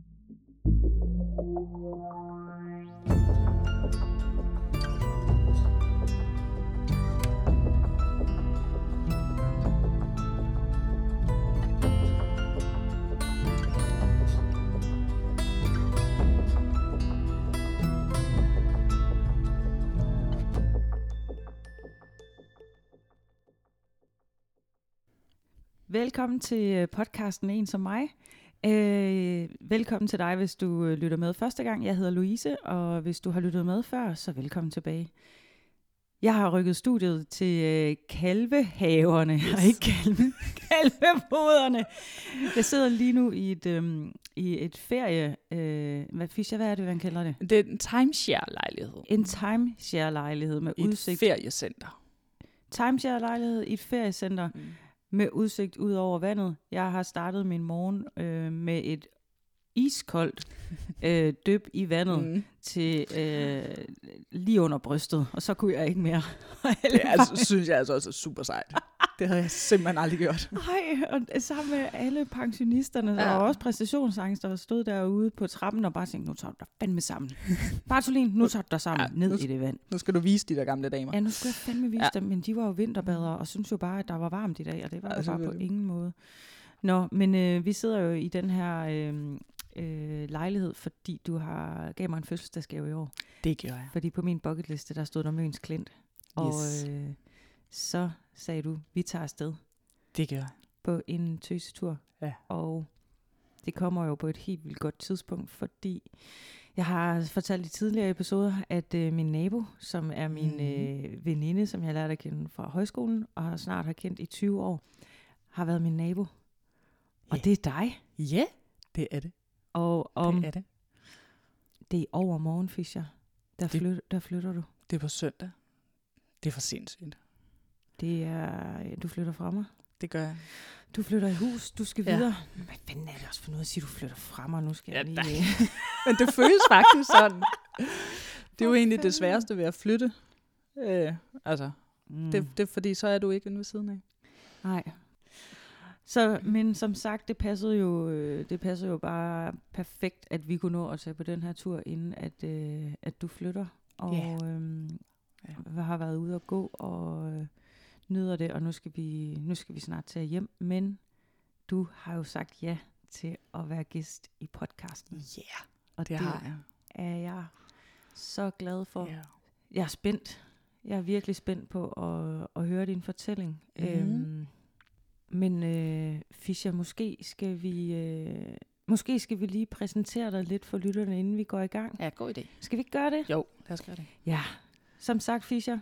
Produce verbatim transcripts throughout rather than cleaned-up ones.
Velkommen til podcasten En som mig. Øh, velkommen til dig, hvis du lytter med første gang. Jeg hedder Louise, og hvis du har lyttet med før, så velkommen tilbage. Jeg har rykket studiet til øh, kalvehaverne, yes. og ikke kalve, kalveboderne. Jeg sidder lige nu i et, øh, i et ferie... Øh, hvad, Fischer, hvad er det, man kalder det? Det er en timeshare-lejlighed. En timeshare-lejlighed med I udsigt... et feriecenter. Timeshare-lejlighed i et feriecenter. Mm. Med udsigt ud over vandet. Jeg har startet min morgen øh, med et iskoldt øh, dyb i vandet mm. til øh, lige under brystet, og så kunne jeg ikke mere. Det altså, synes jeg altså også er super sejt. Det havde jeg simpelthen aldrig gjort. Nej, og sammen med alle pensionisterne, ja. Der var også præstationsangst, der stod derude på trappen og bare tænkte, nu tager du dig fandme sammen. Bartolin, nu tager du dig sammen ja, ned nu, i det vand. Nu skal du vise de der gamle damer. Ja, nu skal jeg fandme vise ja. dem, men de var jo vinterbadere, og synes jo bare, at der var varmt i dag, og det var altså, bare på ingen måde. Nå, men øh, vi sidder jo i den her øh, øh, lejlighed, fordi du har gav mig en fødselsdagsgave i år. Det gør jeg. Fordi på min bucketliste, der stod der Møns Klint. Og yes. øh, så sagde du, vi tager afsted. Det gør jeg. På en tøsetur. Ja. Og det kommer jo på et helt vildt godt tidspunkt, fordi jeg har fortalt i tidligere episoder, at øh, min nabo, som er min mm. øh, veninde, som jeg lærte at kende fra højskolen, og snart har kendt i tyve år, har været min nabo. Og yeah. det er dig. Ja, yeah, det er det. Og om det er det. Det er over morgen, Fischer. Der, det, flyt, der flytter du. Det er på søndag. Det er for sindssygt. Det er, du flytter fra mig. Det gør jeg. Du flytter i hus, du skal ja. videre. Hvad fanden er det også for noget at sige, du flytter fra mig, nu skal ja, jeg lige... Men det føles faktisk sådan. Det er jo egentlig det sværeste ved at flytte. Øh, altså, mm. det, det er fordi, så er du ikke inde ved siden af. Nej. Så, men som sagt, det passede jo, det passede jo bare perfekt, at vi kunne nå at tage på den her tur, inden at, øh, at du flytter. Og yeah. øhm, ja. har været ude og gå og øh, nyder det, og nu skal, vi, nu skal vi snart tage hjem. Men du har jo sagt ja til at være gæst i podcasten. Ja, yeah. Og det, det har jeg. er jeg så glad for. Yeah. Jeg er spændt. Jeg er virkelig spændt på at, at høre din fortælling. Mm-hmm. Øhm, Men øh, Fischer, måske skal vi øh, måske skal vi lige præsentere dig lidt for lytterne, inden vi går i gang. Ja, god idé. Skal vi ikke gøre det? Jo, lad os gøre det. Ja, som sagt, Fischer,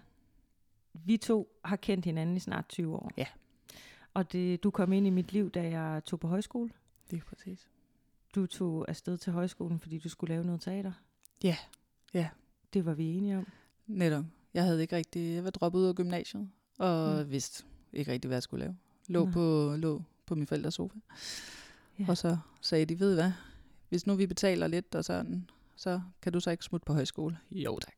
vi to har kendt hinanden i snart tyve år. Ja. Og det, du kom ind i mit liv, da jeg tog på højskole. Det er præcis. Du tog afsted til højskolen, fordi du skulle lave noget teater. Ja, ja. Det var vi enige om. Netop. Jeg havde ikke rigtig, jeg var droppet ud af gymnasiet, og mm. vidste ikke rigtig, hvad jeg skulle lave. Lå på, lå på min forældres sofa. Ja. Og så sagde de, ved hvad, hvis nu vi betaler lidt og sådan, så kan du så ikke smutte på højskole? Jo tak.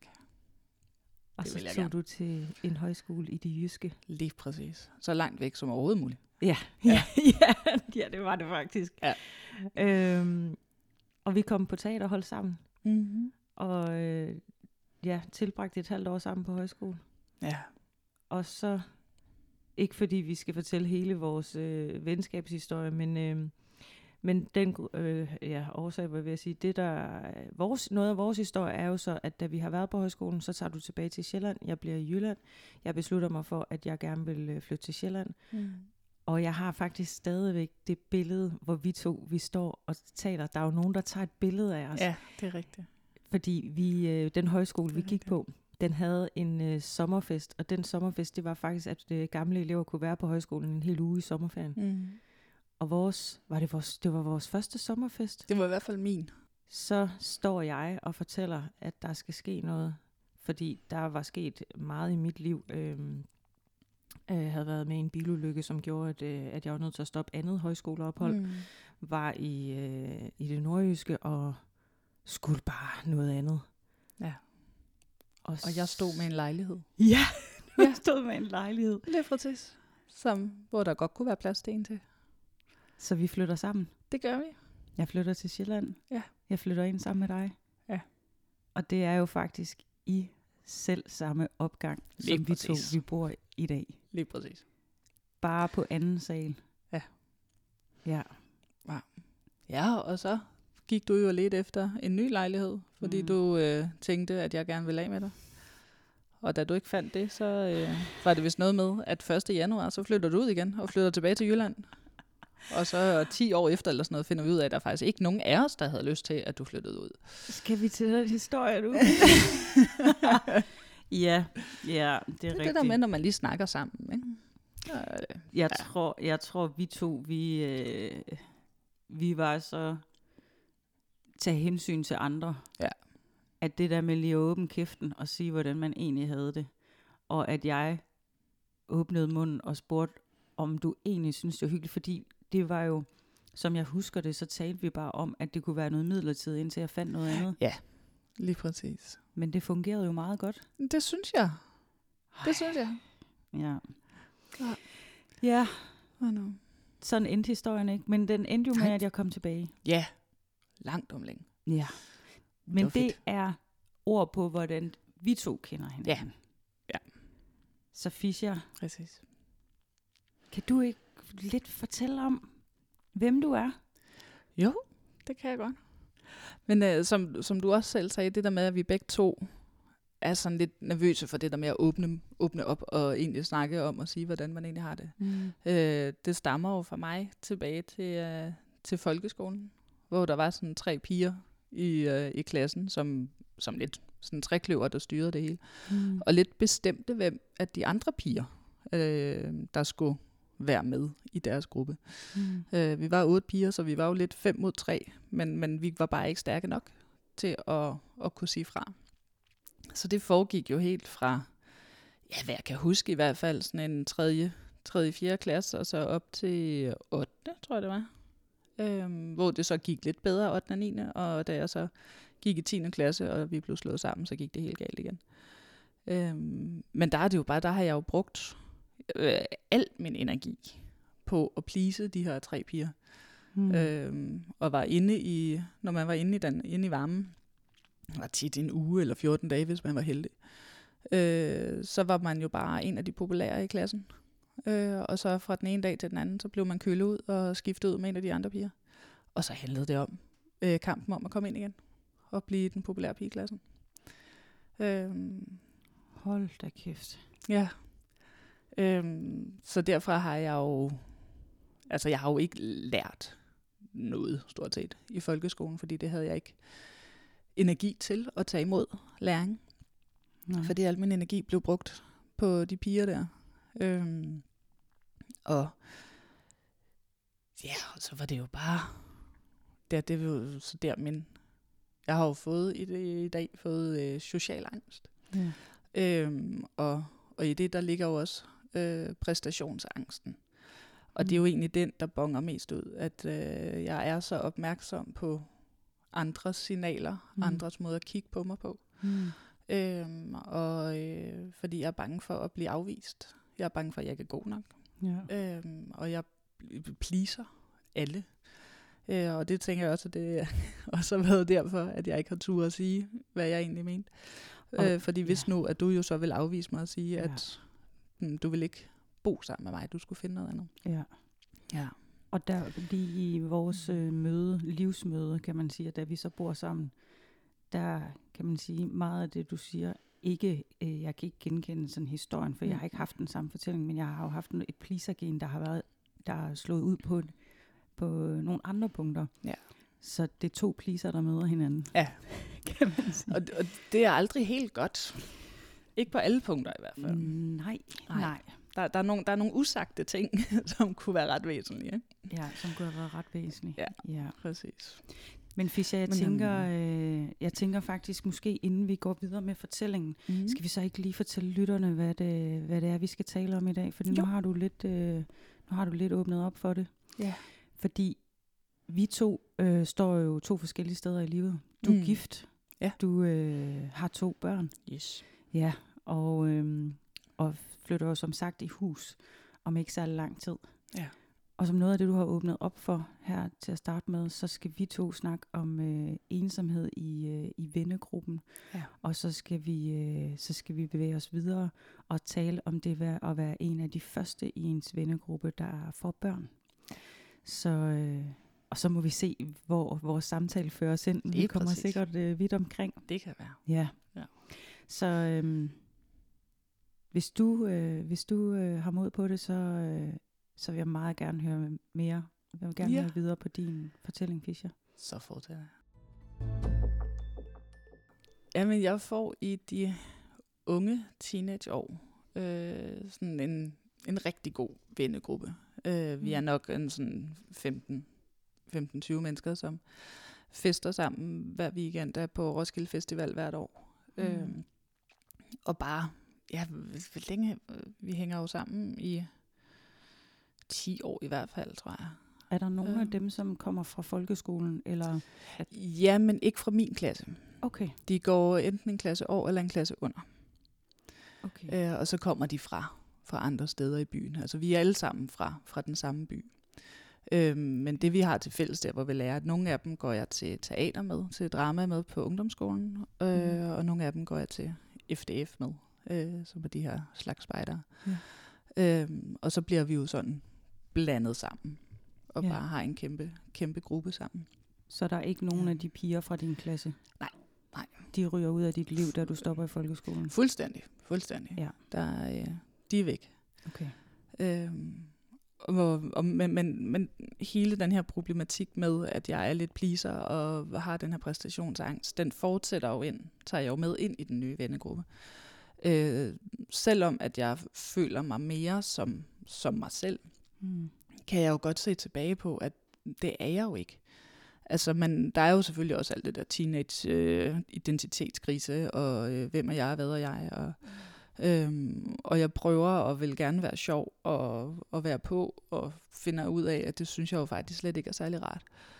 Og det så tog gerne. Du til en højskole i det jyske. Lige præcis. Så langt væk som overhovedet muligt. Ja, ja. ja, ja det var det faktisk. Ja. Øhm, og vi kom på teaterhold sammen. Mm-hmm. Og øh, ja, tilbragte et halvt år sammen på højskole. Ja. Og så... Ikke fordi vi skal fortælle hele vores øh, venskabshistorie, men, øh, men den øh, ja, årsag, hvad vil jeg sige, det der, vores, noget af vores historie er jo så, at da vi har været på højskolen, så tager du tilbage til Sjælland, jeg bliver i Jylland, jeg beslutter mig for, at jeg gerne vil øh, flytte til Sjælland, mm. og jeg har faktisk stadigvæk det billede, hvor vi to, vi står og taler, der er jo nogen, der tager et billede af os. Ja, det er rigtigt. Fordi vi, øh, den højskole, vi gik rigtigt. på, den havde en øh, sommerfest, og den sommerfest, det var faktisk, at øh, gamle elever kunne være på højskolen en hel uge i sommerferien. Mm. Og vores, var det, vores, det var vores første sommerfest. Det var i hvert fald min. Så står jeg og fortæller, at der skal ske noget, fordi der var sket meget i mit liv. Øhm, jeg havde været med i en bilulykke, som gjorde, at, øh, at jeg var nødt til at stoppe andet højskoleophold. Mm. Var i, øh, i det nordjyske og skulle bare noget andet. Ja. Og, og jeg stod med en lejlighed. Ja, jeg stod med en lejlighed. Det er præcis. Som, hvor der godt kunne være plads til en til. Så vi flytter sammen. Det gør vi. Jeg flytter til Sjælland. Ja. Jeg flytter ind sammen med dig. Ja. Og det er jo faktisk i selv samme opgang, Lige som præcis. vi to vi bor i dag. Lige præcis. Bare på anden sal. Ja. Ja. Ja, og så gik du jo lidt efter en ny lejlighed, fordi Mm. mm. du øh, tænkte, at jeg gerne ville af med dig. Og da du ikke fandt det, så øh, var det vist noget med, at første januar, så flytter du ud igen og flytter tilbage til Jylland. Og så ti år efter eller sådan noget, finder vi ud af, at der faktisk ikke nogen af os, der havde lyst til, at du flyttede ud. Skal vi til den historie nu? ja, ja, det er Det er rigtigt. det der med, når man lige snakker sammen. Ikke? Øh, Jeg, ja. tror, jeg tror, vi to, vi, øh, vi var så tage hensyn til andre. Ja. At det der med lige at åbne kæften og sige, hvordan man egentlig havde det. Og at jeg åbnede munden og spurgte, om du egentlig synes, det var hyggeligt. Fordi det var jo, som jeg husker det, så talte vi bare om, at det kunne være noget midlertidigt, indtil jeg fandt noget andet. Ja, lige præcis. Men det fungerede jo meget godt. Det synes jeg. Det synes jeg. Ja. Ja. Ja, Oh, no. sådan endte historien ikke. Men den endte jo med, Nej. at jeg kom tilbage. Ja, langt om længe. Ja. Men var det, fedt. er ord på, hvordan vi to kender hinanden. Ja. Så Fischer, Præcis. kan du ikke lidt fortælle om, hvem du er? Jo, det kan jeg godt. Men øh, som, som du også selv sagde, det der med, at vi begge to er sådan lidt nervøse for det der med at åbne, åbne op og egentlig snakke om og sige, hvordan man egentlig har det. Mm. Øh, det stammer jo for mig tilbage til, øh, til folkeskolen, hvor der var sådan tre piger i, øh, i klassen, som, som lidt sådan trekløver, der styrede det hele. Mm. Og lidt bestemte, hvem af de andre piger, øh, der skulle være med i deres gruppe. Mm. Øh, vi var otte piger, så vi var jo lidt fem mod tre, men, men vi var bare ikke stærke nok til at, at kunne sige fra. Så det foregik jo helt fra, ja, hvad jeg kan huske i hvert fald, sådan en tredje, tredje, fjerde klasse, og så op til ottende, tror jeg det var. Øhm, hvor det så gik lidt bedre, ottende og niende, og da jeg så gik i tiende klasse, og vi blev slået sammen, så gik det helt galt igen. Øhm, men der er det jo bare, der har jeg jo brugt øh, al min energi på at please de her tre piger. Mm. Øhm, og var inde i, når man var inde i, den, inde i varmen, var tit en uge eller fjorten dage, hvis man var heldig, øh, så var man jo bare en af de populære i klassen. Øh, og så fra den ene dag til den anden, så blev man kølet ud og skiftet ud med en af de andre piger. Og så handlede det om øh, kampen om at komme ind igen og blive den populære pige i klassen. Øh, Hold da kæft. ja. Øh, så derfra har jeg jo, altså jeg har jo ikke lært noget stort set i folkeskolen, fordi det havde jeg ikke energi til at tage imod læring. Nej. Fordi al min energi blev brugt på de piger der. Øhm, og ja, og så var det jo bare, der, det var jo så der min, jeg har jo fået i, det, i dag fået øh, social angst. Ja. Øhm, og, og i det, der ligger jo også øh, præstationsangsten. Og Mm. det er jo egentlig den, der bonger mest ud, at øh, jeg er så opmærksom på andres signaler, Mm. mm. andres måde at kigge på mig på. Mm. Øhm, og øh, fordi jeg er bange for at blive afvist. Jeg er bange for, at jeg ikke er god nok. Ja. Øhm, og jeg pl- pleaser alle. Øh, og det tænker jeg også, at det også har været derfor, at jeg ikke har tur at sige, hvad jeg egentlig mente. Og- Øh, fordi hvis ja. nu, at du jo så vil afvise mig og sige, Ja. at mm, du vil ikke bo sammen med mig, du skulle finde noget andet. Ja. Ja. Og der lige i vores øh, møde, livsmøde, kan man sige, at da vi så bor sammen, der kan man sige meget af det, du siger, ikke, øh, jeg kan ikke genkende sådan historien, for mm. jeg har ikke haft den samme fortælling, men jeg har jo haft et pleasergen, der har været, der har slået ud på, på nogle andre punkter. Ja. Så det er to pleaser, der møder hinanden. Ja. Kan man sige. Og, og det er aldrig helt godt. Ikke på alle punkter i hvert fald. Mm, nej, Nej. nej. Der, der, er nogle, der er nogle usagte ting, som kunne være ret væsentlige. Ikke? Ja, som kunne have været ret væsentligt. Ja. Ja. Præcis. Men Fischer, jeg Men, tænker, øh, jeg tænker faktisk måske, inden vi går videre med fortællingen, Mm. skal vi så ikke lige fortælle lytterne, hvad det, hvad det er, vi skal tale om i dag? Fordi nu Jo. har du lidt, øh, nu har du lidt åbnet op for det. Ja. Fordi vi to øh, står jo to forskellige steder i livet. Du er Mm. gift. Ja. Du øh, har to børn. Yes. Ja, og, øh, og flytter jo som sagt i hus om ikke så lang tid. Ja. Og som noget af det, du har åbnet op for her til at starte med, så skal vi to snakke om øh, ensomhed i, øh, i vennegruppen. Ja. Og så skal, vi, øh, så skal vi bevæge os videre og tale om det at være en af de første i ens vennegruppe, der får børn. Så, øh, og så må vi se, hvor vores samtale fører os ind. Vi kommer præcis. sikkert øh, vidt omkring. Det kan være. Ja. Ja. Så øh, hvis du, øh, hvis du øh, har mod på det, så... Øh, Så vil jeg meget gerne høre mere. Jeg vil gerne Ja. høre videre på din fortælling, Fischer. Så fortsætter jeg. Jamen, jeg får i de unge teenageår øh, sådan en, en rigtig god vennegruppe. Øh, vi er nok en sådan femten tyve mennesker, som fester sammen hver weekend, der på Roskilde Festival hvert år. Mm. Øh, og bare, ja, hvor længe, vi hænger jo sammen i ti år i hvert fald, tror jeg. Er der nogen øh. af dem, som kommer fra folkeskolen? Eller at... Ja, men ikke fra min klasse. Okay. De går enten en klasse over eller en klasse under. Okay. Øh, og så kommer de fra, fra andre steder i byen. Altså vi er alle sammen fra, fra den samme by. Øh, men det vi har til fælles der, hvor vi lærer, at nogle af dem går jeg til teater med, til drama med på ungdomsskolen, øh, mm. og nogle af dem går jeg til F D F med, øh, som er de her slags spejdere. Ja. Øh, og så bliver vi jo sådan blandet sammen, og ja. bare har en kæmpe, kæmpe gruppe sammen. Så der er ikke nogen ja. af de piger fra din klasse? Nej, nej. De ryger ud af dit liv, da du stopper i folkeskolen? Fuldstændig, fuldstændig. Ja. Der, øh, de er væk. Okay. Øhm, og, og, men, men, men hele den her problematik med, at jeg er lidt pleaser og har den her præstationsangst, den fortsætter jo ind, tager jeg jo med ind i den nye vennegruppe. Øh, selvom at jeg føler mig mere som, som mig selv, mm. kan jeg jo godt se tilbage på, at det er jeg jo ikke. Altså, man, der er jo selvfølgelig også alt det der teenage-identitetskrise, øh, og øh, hvem er jeg, hvad er jeg, og, øhm, og jeg prøver og vil gerne være sjov og, og være på, og finder ud af, at det synes jeg jo faktisk slet ikke er særlig rart.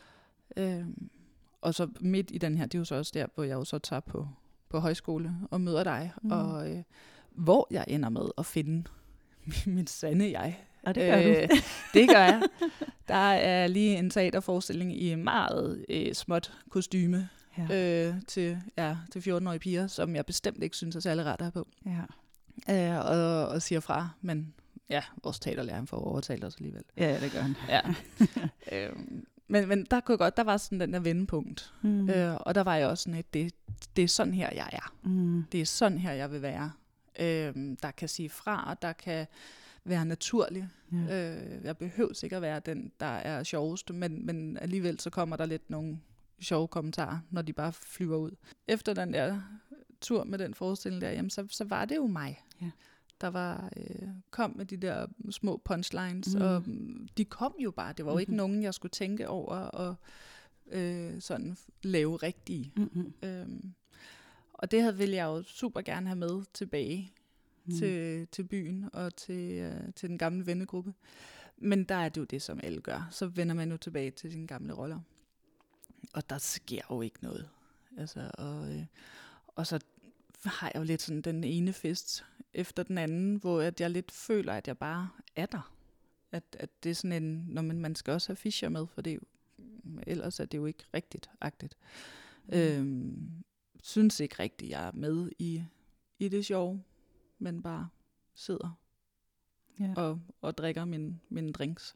Øhm, og så midt i den her, det er jo så også der, hvor jeg jo så tager på, på højskole og møder dig, mm. og øh, hvor jeg ender med at finde min sande jeg. Og det gør øh, du. Det gør jeg. Der er lige en teaterforestilling i meget øh, småt kostyme ja. øh, til, ja, til fjorten-årige piger, som jeg bestemt ikke synes er særlig rart at have på. Ja. Øh, og, og siger fra, men ja, vores teaterlærer får overtalt os alligevel. Ja, ja, det gør han. Ja. øh, men, men der kunne godt, der var sådan den der vendepunkt. Mm. Øh, og der var jeg også sådan et, det, det er sådan her, jeg er. Mm. Det er sådan her, jeg vil være. Øh, der kan sige fra, og der kan være naturlig. Ja. Øh, jeg behøver sikkert være den, der er sjovest, men, men alligevel så kommer der lidt nogle sjove kommentarer, når de bare flyver ud. Efter den der tur med den forestilling der, jamen, så, så var det jo mig, ja. der var øh, kom med de der små punchlines, mm. og de kom jo bare. Det var jo mm-hmm. ikke nogen, jeg skulle tænke over og øh, sådan lave rigtige. Mm-hmm. Øhm, og det havde, ville jeg jo super gerne have med tilbage. Mm. Til, til byen og til, uh, til den gamle vennegruppe. Men der er det jo det, som alle gør. Så vender man jo tilbage til sine gamle roller. Og der sker jo ikke noget. Altså, og, øh, og så har jeg jo lidt sådan den ene fest efter den anden, hvor at jeg lidt føler, at jeg bare er der. At, at det er sådan en, når man, man skal også have Fischer med, for det er jo, ellers er det jo ikke rigtigt-agtigt. Mm. Øhm, synes ikke rigtigt, jeg er med i, i det sjove, men bare sidder ja. og, og drikker mine, mine drinks.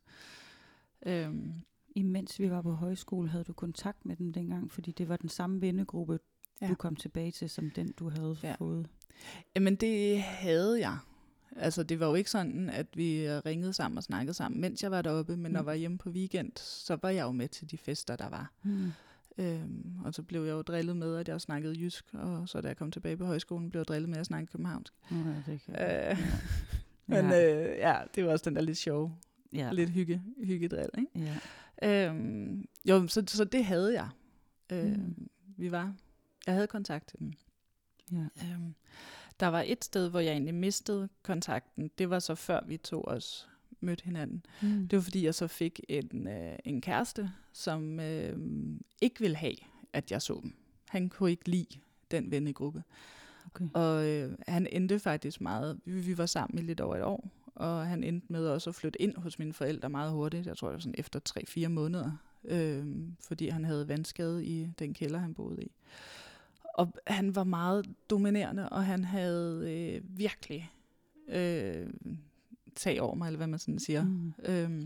Øhm. Imens vi var på højskole, havde du kontakt med dem dengang, fordi det var den samme vennegruppe, ja. du kom tilbage til, som den, du havde ja. fået? Jamen, det havde jeg. Altså, det var jo ikke sådan, at vi ringede sammen og snakkede sammen, mens jeg var deroppe, men mm. når jeg var hjemme på weekend, så var jeg jo med til de fester, der var. Mm. Øhm, og så blev jeg jo drillet med, at jeg snakkede jysk, og så da jeg kom tilbage på højskolen, blev jeg drillet med at snakke københavnsk. Ja, det kan øh, men øh, ja, det var også den der lidt sjove, ja. lidt hygge, hyggedrill, ikke? Ja. Øhm, jo, så, så det havde jeg. Øh, mm. Vi var, jeg havde kontakt til dem. Ja. Øhm, der var et sted, hvor jeg egentlig mistede kontakten. Det var så før vi to os mødte hinanden. Mm. Det var fordi, jeg så fik en, øh, en kæreste, som øh, ikke ville have, at jeg så dem. Han kunne ikke lide den vennegruppe. Okay. Og øh, han endte faktisk meget, vi, vi var sammen i lidt over et år, og han endte med også at flytte ind hos mine forældre meget hurtigt. Jeg tror, det var sådan efter tre fire måneder, øh, fordi han havde vandskade i den kælder, han boede i. Og han var meget dominerende, og han havde øh, virkelig øh, tag over mig, eller hvad man sådan siger. Mm. Øhm,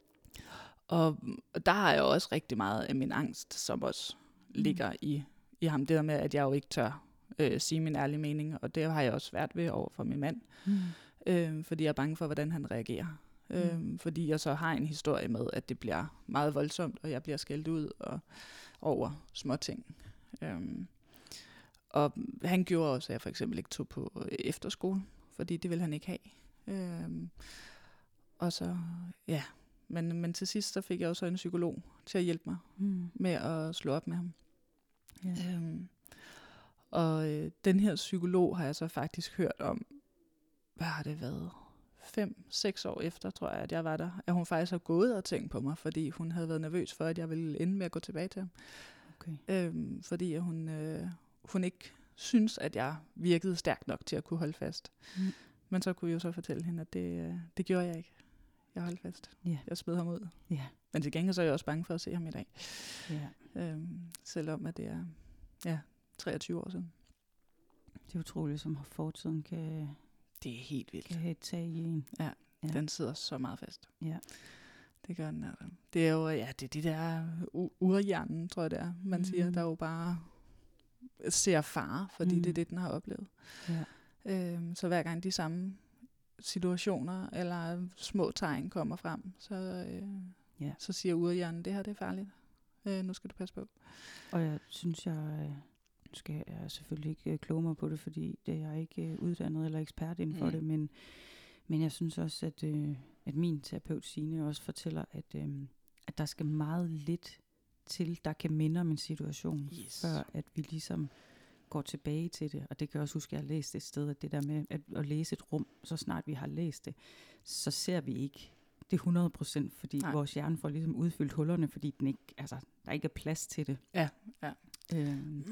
og der har jeg også rigtig meget af min angst, som også mm. ligger i, i ham. Det der med, at jeg jo ikke tør øh, sige min ærlige mening, og det har jeg også svært ved over for min mand. Mm. Øh, fordi jeg er bange for, hvordan han reagerer. Mm. Øh, fordi jeg så har en historie med, at det bliver meget voldsomt, og jeg bliver skældt ud og, over småting. Øh, og han gjorde også, at jeg for eksempel ikke tog på efterskole, fordi det ville han ikke have. Øhm, og så, ja, men, men til sidst så fik jeg også en psykolog til at hjælpe mig mm. med at slå op med ham. Ja. Øhm, og øh, den her psykolog har jeg så faktisk hørt om, hvad har det været, fem, seks år efter, tror jeg, at jeg var der, at hun faktisk har gået og tænkt på mig, fordi hun havde været nervøs for, at jeg ville ende med at gå tilbage til ham. Okay. Øhm, fordi hun, øh, hun ikke synes, at jeg virkede stærk nok til at kunne holde fast. Mm. Men så kunne jeg jo så fortælle hende, at det, det gjorde jeg ikke. Jeg holdt fast. Yeah. Jeg smed ham ud. Yeah. Men til gengæld så er jeg også bange for at se ham i dag. Yeah. Øhm, selvom at det er ja, treogtyve år siden. Det er utroligt, som fortiden kan, det er helt vildt. Kan have et tag i en. Ja, ja, den sidder så meget fast. Ja. Det gør den. Altså. Det er jo, ja, det er de der urhjernen, tror jeg det er. Man mm. siger, der jo bare ser fare, fordi mm. det er det, den har oplevet. Ja. Øhm, så hver gang de samme situationer eller små tegn kommer frem, så, øh, ja. så siger urhjernen, det her det er farligt. Øh, nu skal du passe på. Og jeg synes, jeg skal jeg selvfølgelig ikke kloge mig på det, fordi det er jeg ikke uddannet eller ekspert inden for mm. det, men, men jeg synes også, at, øh, at min terapeut Signe også fortæller, at, øh, at der skal meget lidt til, der kan minde om en situation, yes. før at vi ligesom går tilbage til det. Og det kan jeg også huske, at jeg har læst et sted, at det der med at, at læse et rum, så snart vi har læst det, så ser vi ikke det hundrede procent, fordi Nej. vores hjerne får ligesom udfyldt hullerne, fordi den ikke, altså, der ikke er plads til det. Ja, ja. Øhm,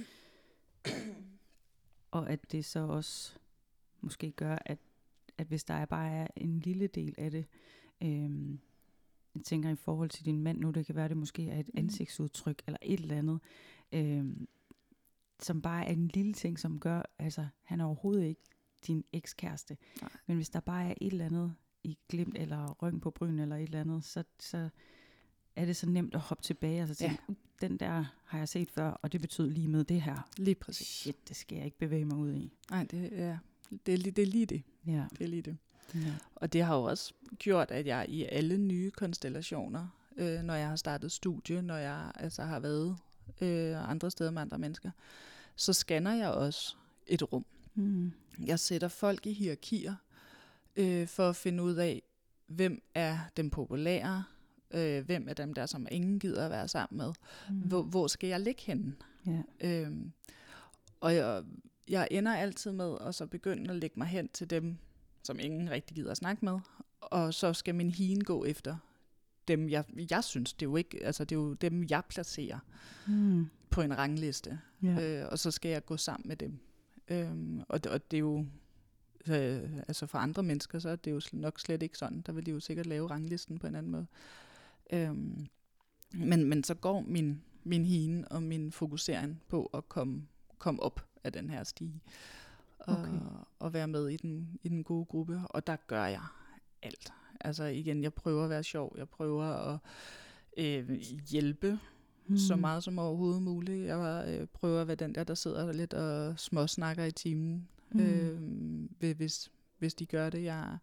og at det så også måske gør, at, at hvis der er bare er en lille del af det, øhm, jeg tænker i forhold til din mand nu, det kan være, det måske er et ansigtsudtryk, eller et eller andet, øhm, som bare er en lille ting, som gør, altså han er overhovedet ikke din ekskæreste. Nej. Men hvis der bare er et eller andet i glimt, eller røng på bryn, eller et eller andet, så, så er det så nemt at hoppe tilbage, og så tænke, ja. den der har jeg set før, og det betyder lige med det her. Lige præcis. Shit, det skal jeg ikke bevæge mig ud i. Nej, det, ja. det, er, det er lige det. Ja. Det er lige det. Ja. Og det har jo også gjort, at jeg i alle nye konstellationer, øh, når jeg har startet studie, når jeg altså har været øh, andre steder med andre mennesker, så scanner jeg også et rum. Mm. Jeg sætter folk i hierarkier, øh, for at finde ud af, hvem er dem populære, øh, hvem er dem der, som ingen gider at være sammen med. Mm. Hvor, hvor skal jeg ligge henne? Yeah. Øhm, og jeg, jeg ender altid med at så begynde at lægge mig hen til dem, som ingen rigtig gider at snakke med, og så skal min hien gå efter dem, jeg, jeg synes, det er jo ikke, altså det er jo dem, jeg placerer mm. på en rangliste, yeah. øh, og så skal jeg gå sammen med dem. Øhm, og, og det er jo, øh, altså for andre mennesker, så er det jo nok slet ikke sådan, der vil de jo sikkert lave ranglisten på en anden måde. Øhm, men, men så går min, min hien og min fokusering på at komme, komme op af den her stige, og, okay. og være med i den, i den gode gruppe, og der gør jeg alt. Altså igen, jeg prøver at være sjov, jeg prøver at øh, hjælpe mm. så meget som overhovedet muligt. Jeg øh, prøver at være den der, der sidder der lidt og småsnakker i timen, mm. øh, hvis, hvis de gør det. Jeg,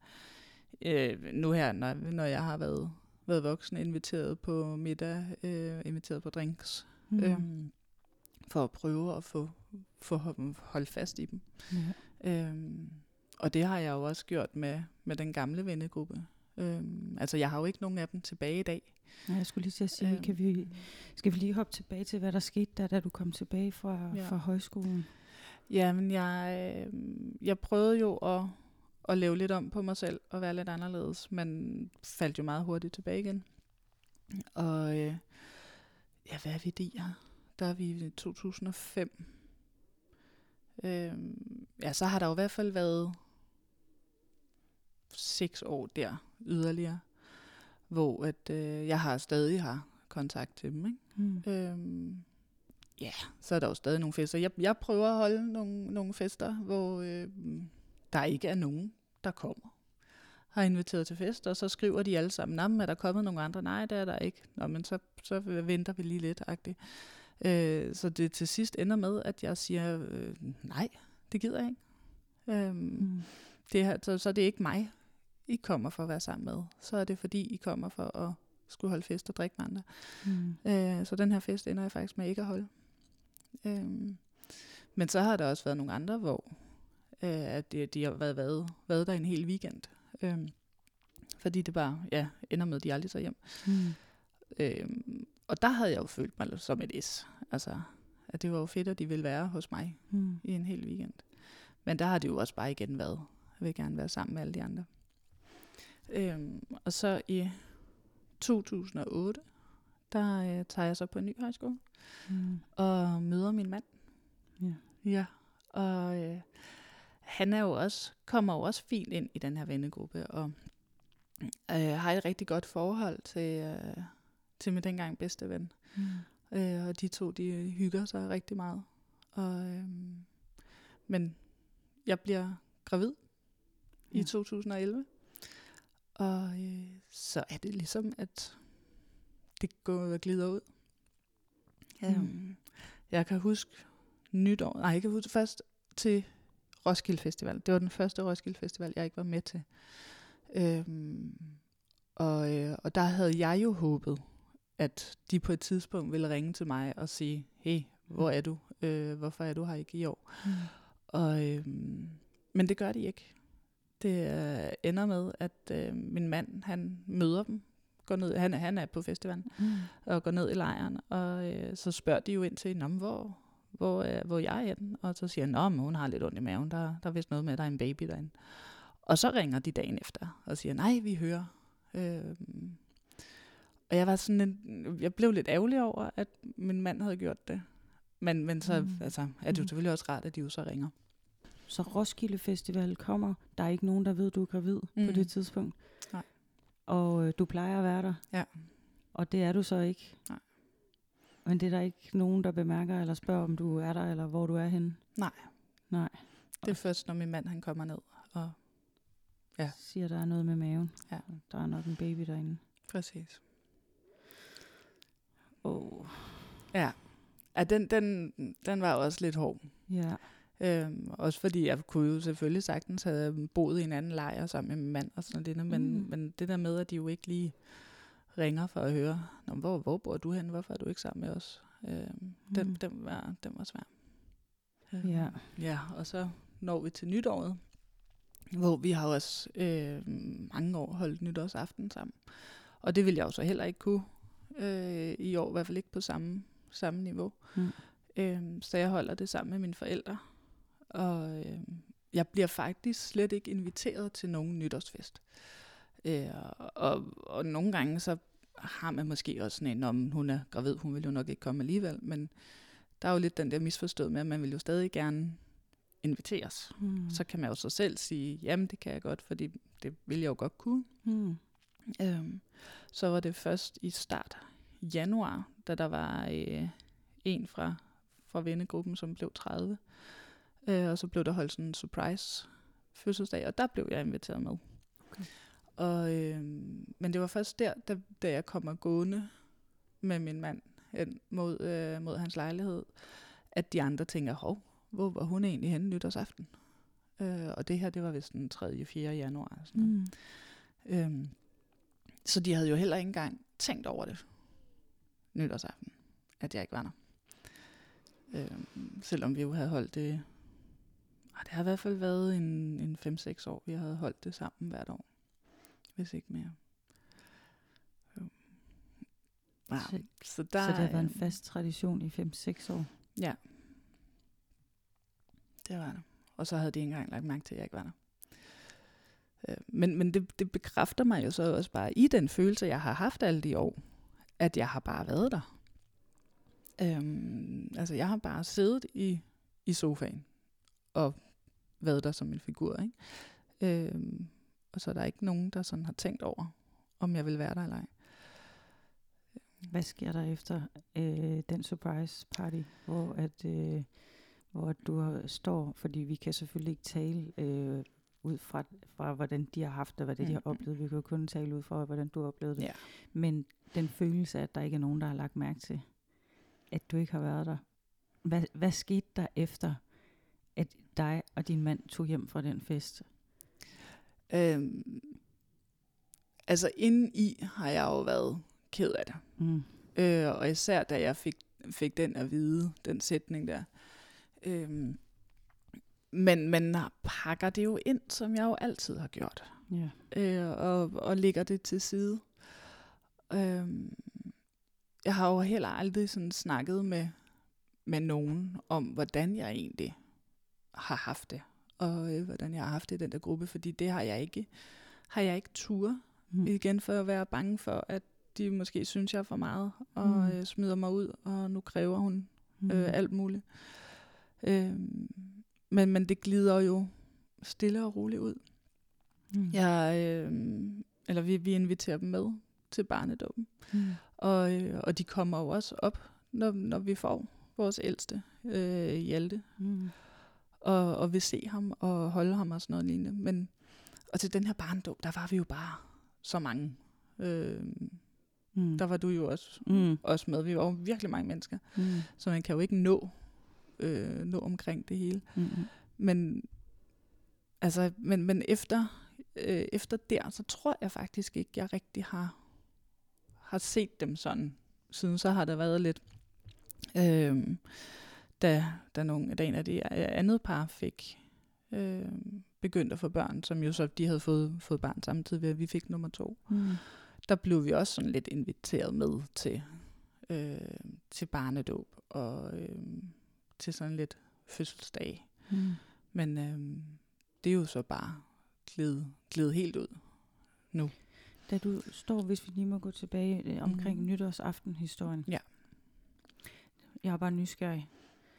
øh, nu her, når, når jeg har været, været voksen, inviteret på middag, øh, inviteret på drinks, mm. øh, for at prøve at få, få holde fast i dem. Mm. Øh, og det har jeg jo også gjort med, med den gamle vennegruppe. Øhm, altså jeg har jo ikke nogen af dem tilbage i dag. Nej, jeg skulle lige til at sige, øhm, kan vi, skal vi lige hoppe tilbage til, hvad der skete der, da du kom tilbage fra, ja. fra højskolen? Ja, men jeg, øh, jeg prøvede jo at, at lave lidt om på mig selv, og være lidt anderledes, men faldt jo meget hurtigt tilbage igen. Og øh, ja, hvad er vi der? Der er vi i to tusind og fem. Øhm, ja, så har der jo i hvert fald været seks år der yderligere, hvor at, øh, jeg har stadig har kontakt til dem. Ikke? Mm. Øhm, ja, så er der jo stadig nogle fester. Jeg, jeg prøver at holde nogle, nogle fester, hvor øh, der ikke er nogen, der kommer. Har inviteret til fest, og så skriver de alle sammen, nah, er der kommet nogle andre? Nej, det er der ikke. Nå, men så, så venter vi lige lidt, agtigt. Øh, så det til sidst ender med, at jeg siger, øh, nej, det gider jeg ikke. Øhm, mm. det her, så, så det er ikke mig, I kommer for at være sammen med. Så er det fordi, I kommer for at skulle holde fest og drikke med andre. Mm. Øh, så den her fest ender jeg faktisk med ikke at holde. Øhm, men så har der også været nogle andre, hvor øh, at de, de har været, været, været der en hel weekend. Øhm, fordi det bare ja, ender med, at de aldrig tager hjem. Mm. Øhm, og der havde jeg jo følt mig som et es. Altså, at det var jo fedt, at de ville være hos mig mm. i en hel weekend. Men der har det jo også bare igen været. Jeg vil gerne være sammen med alle de andre. Øhm, og så i to tusind og otte, der øh, tager jeg så på en ny højskole. Mm. Og møder min mand. Ja. Ja. Og øh, han er jo også, kommer jo også fint ind i den her vennegruppe. Og øh, har et rigtig godt forhold til, øh, til min dengang bedste ven. Mm. Øh, og de to, de hygger sig rigtig meget. Og, øh, men jeg bliver gravid ja. i to tusind og elleve. Og øh, så er det ligesom, at det går og glider ud. Mm. Um, jeg kan huske nytår, nej, jeg kan huske først til Roskilde Festival. Det var den første Roskilde Festival, jeg ikke var med til. Um, og, øh, og der havde jeg jo håbet, at de på et tidspunkt ville ringe til mig og sige, hey, hvor er du? Øh, hvorfor er du her ikke i år? Mm. Og, øh, men det gør de ikke. Det øh, ender med, at øh, min mand, han møder dem, går ned, han, han er på festivalen, mm. og går ned i lejren, og øh, så spørger de jo ind til, hvor, hvor, øh, hvor jeg er henne, og så siger han, nå, men hun har lidt ondt i maven, der, der er vist noget med, at der er en baby derinde. Og så ringer de dagen efter, og siger, nej, vi hører. Øh, og jeg var sådan en, jeg blev lidt ærgerlig over, at min mand havde gjort det. Men, men så mm. altså, er det jo selvfølgelig også rart, at de jo så ringer. Så Roskilde Festival kommer. Der er ikke nogen, der ved, du er gravid mm. på det tidspunkt. Nej. Og øh, du plejer at være der. Ja. Og det er du så ikke. Nej. Men det er der ikke nogen, der bemærker eller spørger, om du er der, eller hvor du er henne? Nej. Nej. Det er først, når min mand han kommer ned og ja. siger, der er noget med maven. Ja. Der er nok en baby derinde. Præcis. Oh. Ja. Ja, den, den, den var også lidt hård. Ja. Øhm, også fordi jeg kunne jo selvfølgelig sagtens have boet i en anden lejr sammen med min mand og sådan noget, men, mm. men det der med, at de jo ikke lige ringer for at høre, hvor, hvor bor du hen, hvorfor er du ikke sammen med os? Øhm, mm. den, den, var, den var svær. Øhm, ja. Ja, og så når vi til nytåret, hvor vi har også øh, mange år holdt nytårsaften sammen. Og det vil jeg jo så heller ikke kunne øh, i år, i hvert fald ikke på samme, samme niveau. Mm. Øhm, så jeg holder det sammen med mine forældre. Og øh, jeg bliver faktisk slet ikke inviteret til nogen nytårsfest. Øh, og, og nogle gange så har man måske også sådan en, om hun er gravid, hun vil jo nok ikke komme alligevel. Men der er jo lidt den der misforstået med, at man vil jo stadig gerne inviteres. Mm. Så kan man jo så selv sige, jamen det kan jeg godt, fordi det vil jeg jo godt kunne. Mm. Øhm, så var det først i start januar, da der var øh, en fra fra vennegruppen, som blev tredive. Øh, og så blev der holdt sådan en surprise fødselsdag, og der blev jeg inviteret med. Okay. Og, øh, men det var først der, da, da jeg kommer gående med min mand hen mod, øh, mod hans lejlighed, at de andre tænker, hov, hvor var hun egentlig henne nytårsaften? Øh, og det her, det var vist den tredje fjerde januar. Sådan mm. øh, så de havde jo heller ikke engang tænkt over det nytårsaften, at jeg ikke var der. Øhm, selvom vi jo havde holdt det, ah, det har i hvert fald været en, en fem seks år, vi havde holdt det sammen hvert år, hvis ikke mere. Øhm. Ja, så, så, der, så det har været en fast tradition i fem seks år? Ja, det var det. Og så havde de ikke engang lagt mærke til, at jeg ikke var der. Øh, men men det, det bekræfter mig jo så også bare i den følelse, jeg har haft alle de år, at jeg har bare været der. Øhm, altså jeg har bare siddet i, i sofaen og været der som en figur, ikke? Øhm, og så er der ikke nogen, der sådan har tænkt over, om jeg vil være der eller ej. Hvad sker der efter øh, den surprise party, hvor at øh, hvor du har, står, fordi vi kan selvfølgelig ikke tale øh, ud fra, fra, hvordan de har haft det, og hvad det, de har oplevet. Vi kan jo kun tale ud fra, hvordan du har oplevet det. Ja. Men den følelse af, at der ikke er nogen, der har lagt mærke til, at du ikke har været der. Hvad, hvad skete der efter, at dig og din mand tog hjem fra den fest? Øhm, altså inden i har jeg jo været ked af det. Mm. Øh, og især da jeg fik, fik den at vide, den sætning der. Øhm, men man pakker det jo ind, som jeg jo altid har gjort. Yeah. Øh, og, og lægger det til side. Øhm, jeg har jo heller aldrig sådan snakket med, med nogen om, hvordan jeg egentlig har haft det. Og øh, hvordan jeg har haft det i den der gruppe. Fordi det har jeg ikke, har jeg ikke tur. Mm. Igen for at være bange for, at de måske synes, jeg er for meget. Og mm. øh, smider mig ud. Og nu kræver hun mm. øh, alt muligt. Øhm, men, men det glider jo stille og roligt ud. Mm. Jeg, øh, eller vi, vi inviterer dem med til barnedåben. Mm. Og, øh, og de kommer jo også op, når, når vi får vores ældste, øh, Hjalte. Mm. Og, og vil se ham og holde ham og sådan noget lignende. Men, og til den her barnedåb, der var vi jo bare så mange. Øh, mm. Der var du jo også, mm. også med. Vi var jo virkelig mange mennesker. Mm. Så man kan jo ikke nå Øh, nå omkring det hele. Mm-hmm. Men altså, men, men efter, øh, efter der, så tror jeg faktisk ikke, jeg rigtig har, har set dem sådan. Siden så har der været lidt, øh, da, da nogle da en af de andet par fik øh, begyndt at få børn, som jo så de havde fået, fået barn samtidig ved, at vi fik nummer to. Mm. Der blev vi også sådan lidt inviteret med til, øh, til barnedåb og øh, til sådan lidt fødselsdag. Mm. Men øhm, det er jo så bare glædet, glædet helt ud nu. Da du står, hvis vi lige må gå tilbage øh, omkring mm. nytårsaften-historien. Ja. Jeg er bare nysgerrig.